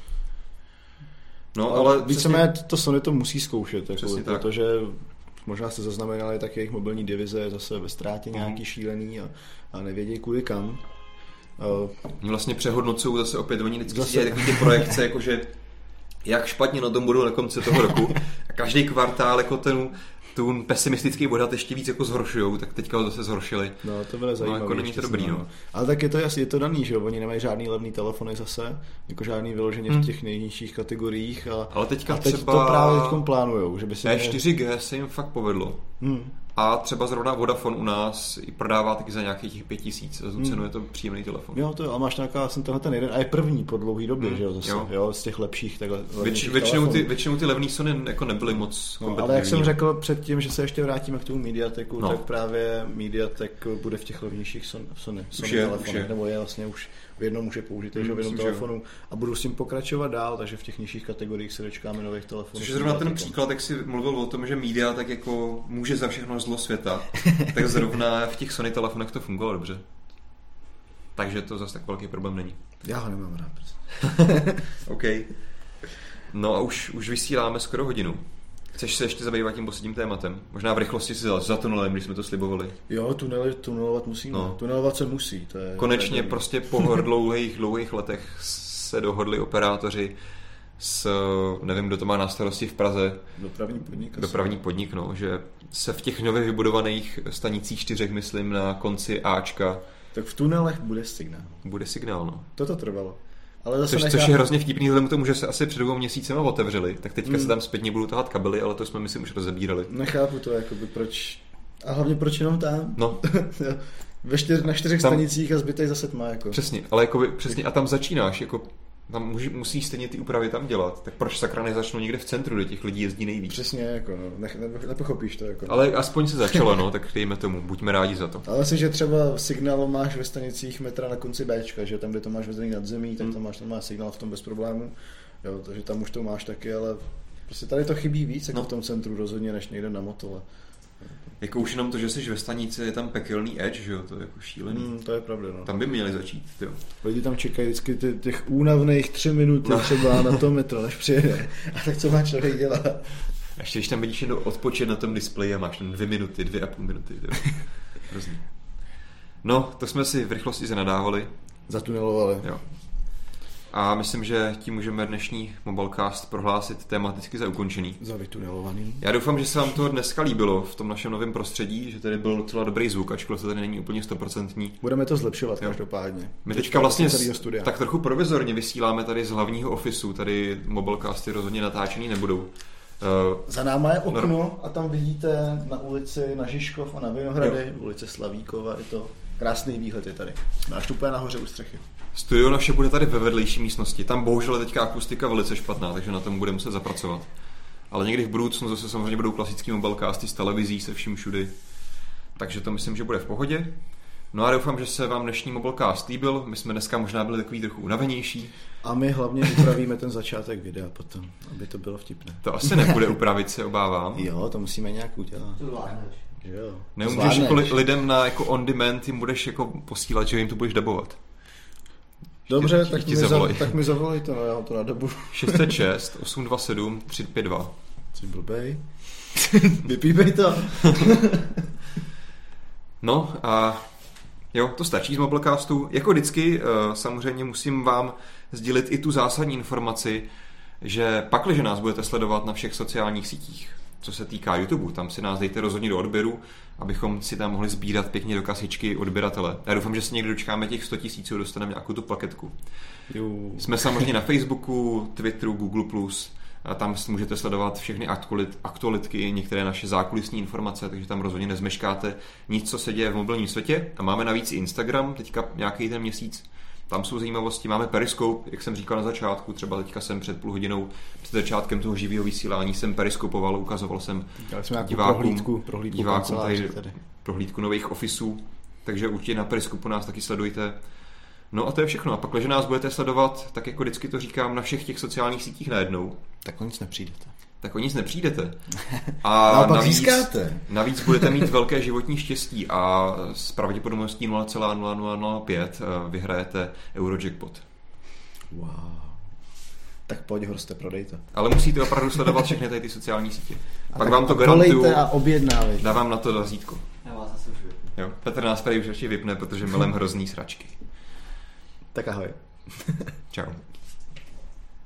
No, ale víceméně to Sony to musí zkoušet, jako, protože možná jste zaznamenali, tak jejich mobilní divize je zase ve ztrátě nějaký šílený a nevědějí kudy kam. Vlastně přehodnocují zase opět, oni vždycky dělají takový ty projekce, jakože jak špatně na tom budou na konci toho roku a každý kvartál jako ten pesimistický odhad ještě víc jako zhoršujou, tak teďka ho zase zhoršili. No, to bude zajímavé. No, jako není to dobrý, no. Ale tak je to daný, že jo, oni nemají žádný levný telefony zase, jako žádný vyloženě v těch nejnižších kategoriích. Ale teďka teď třeba to právě teďkom plánujou, že by se E4G se jim fakt povedlo. A třeba zrovna Vodafone u nás i prodává taky za nějakých těch 5 000. Za tu cenu je to příjemný telefon. Jo, to je, a máš nějaká, jsem tenhle ten jeden, a je první po dlouhý době, že jo, zase, jo, z těch lepších takhle. Většinou ty levný Sony jako nebyly moc kompetitivní. Ale jak jsem řekl předtím, že se ještě vrátíme k tomu Mediateku, tak právě Mediatek bude v těch levnějších Sony telefonech, nebo je vlastně už v jednom může použít, že v jednom telefonu a budu s tím pokračovat dál, takže v těch nižších kategoriích se dočkáme nových telefonů. Což je zrovna ten příklad, jak jsi mluvil o tom, že Media tak jako může za všechno zlo světa, tak zrovna v těch Sony telefonech to fungovalo dobře. Takže to zase tak velký problém není. Já ho nemám rád. OK. No a už vysíláme skoro hodinu. Chceš se ještě zabývat tím posledním tématem? Možná v rychlosti si za tunelem, když jsme to slibovali. Jo, tunelovat musíme. No. Tunelovat se musí. To je, konečně prostě po dlouhých letech se dohodli operátoři nevím, kdo to má na starosti v Praze. Dopravní podnik, no, že se v těch nově vybudovaných stanicích 4, myslím, na konci Ačka. Tak v tunelech bude signál. Bude signál, no. Toto trvalo. Ale zase což je hrozně vtipný, vzhledem k tomu, že se asi před 2 měsícema otevřeli, tak teďka se tam zpětně budou tahat kabely, ale to jsme, myslím, už rozebírali. Nechápu to, jakoby proč. A hlavně proč jenom tam? No. Na 4 stanicích a zbytek zase tma, jako. Přesně, ale jakoby, přesně, a tam začínáš, jako tam musí stejně ty úpravy tam dělat, tak proč sakra nezačnou někde v centru, kde těch lidí jezdí nejvíc? Přesně, jako no, nepochopíš to, jako. Ale aspoň se začalo, no, tak dejme tomu, buďme rádi za to. Ale myslím, že třeba signál máš ve stanicích metra na konci Bčka, že tam, kde to máš vezený nad zemí, tak tam máš signál v tom bez problému, jo, takže tam už to máš taky, ale prostě tady to chybí víc, jako v tom centru rozhodně, než někde na Motole. Jako už jenom to, že jsi ve stanici, je tam pekelný edge, že jo, to je jako šílený. To je pravda, no. Tam by měli začít, jo. Lidi tam čekají vždycky těch únavných 3 minuty třeba na to metro, než přijede. A tak co má člověk dělat? A ještě když tam vidíš jenom odpočet na tom displeji a máš tam 2 minuty, 2,5 minuty, jo. Hrozný. No, to jsme si v rychlosti zanadávali. Zatunelovali. Jo. A myslím, že tím můžeme dnešní Mobilecast prohlásit tematicky za ukončený. Za vytunelovaný. Já doufám, že se vám to dneska líbilo v tom našem novém prostředí, že tady byl docela dobrý zvuk, ačkoliv to tady není úplně 100%. Budeme to zlepšovat každopádně. My teďka vlastně tak trochu provizorně vysíláme tady z hlavního ofisu, tady Mobilecasty rozhodně natáčený nebudou. Za náma je okno a tam vidíte na ulici na Žižkov a na Vinohrady, ulice Slavíkova, je to krásný výhled je tady. Máš úplně nahoře u střechy. Studio naše bude tady ve vedlejší místnosti. Tam bohužel je teďka akustika velice špatná, takže na tom budeme muset zapracovat. Ale někdy v budoucnu zase samozřejmě budou klasický Mobilecasty s televizí, se vším všudy. Takže to myslím, že bude v pohodě. No a doufám, že se vám dnešní Mobilecast líbil. My jsme dneska možná byli takový trochu unavenější. A my hlavně upravíme ten začátek videa potom, aby to bylo vtipné. To asi nebude upravit, se obávám. Jo, to musíme nějak udělat. To zvládneš. Jo. Nemůžeš jako lidem na jako on demand jim budeš jako posílat, že jim to budeš dabovat. Dobře, tak mi zavolej to, no, já to nadabuju. 606 827 352. Jsi blbej. Vypípej to. No a jo, to stačí z Mobilecastu. Jako vždycky samozřejmě musím vám sdělit i tu zásadní informaci, že pakliže nás budete sledovat na všech sociálních sítích, co se týká YouTube, tam si nás dejte rozhodně do odběru, abychom si tam mohli sbírat pěkně do kasičky odběratele. Já doufám, že se někdy dočkáme těch 100 000, dostaneme nějakou tu plaketku. Jsme samozřejmě na Facebooku, Twitteru, Google+, a tam můžete sledovat všechny aktualitky, některé naše zákulisní informace, takže tam rozhodně nezmeškáte nic, co se děje v mobilním světě. A máme navíc i Instagram, teďka nějaký ten měsíc. Tam jsou zajímavosti, máme Periscope, jak jsem říkal na začátku, třeba teďka jsem před půl hodinou, před začátkem toho živého vysílání jsem periskopoval, ukazoval jsem divákům prohlídku nových officeů, takže určitě na Periscopu nás taky sledujte. No a to je všechno. A pak, když nás budete sledovat, tak jako vždycky to říkám, na všech těch sociálních sítích najednou, tak o nic nepřijdete. A navíc získáte. Navíc budete mít velké životní štěstí a s pravděpodobností 0,0005 vyhrajete Eurojackpot. Wow. Tak pojď, Horste, prodejte. Ale musíte opravdu sledovat všechny tady ty sociální sítě. Pak vám to garantuju. A objednávejte. Dávám na to razítko. Já vás zase už vypnu. Jo, Petr nás tady už ještě vypne, protože melem hrozný sračky. Tak ahoj. Čau.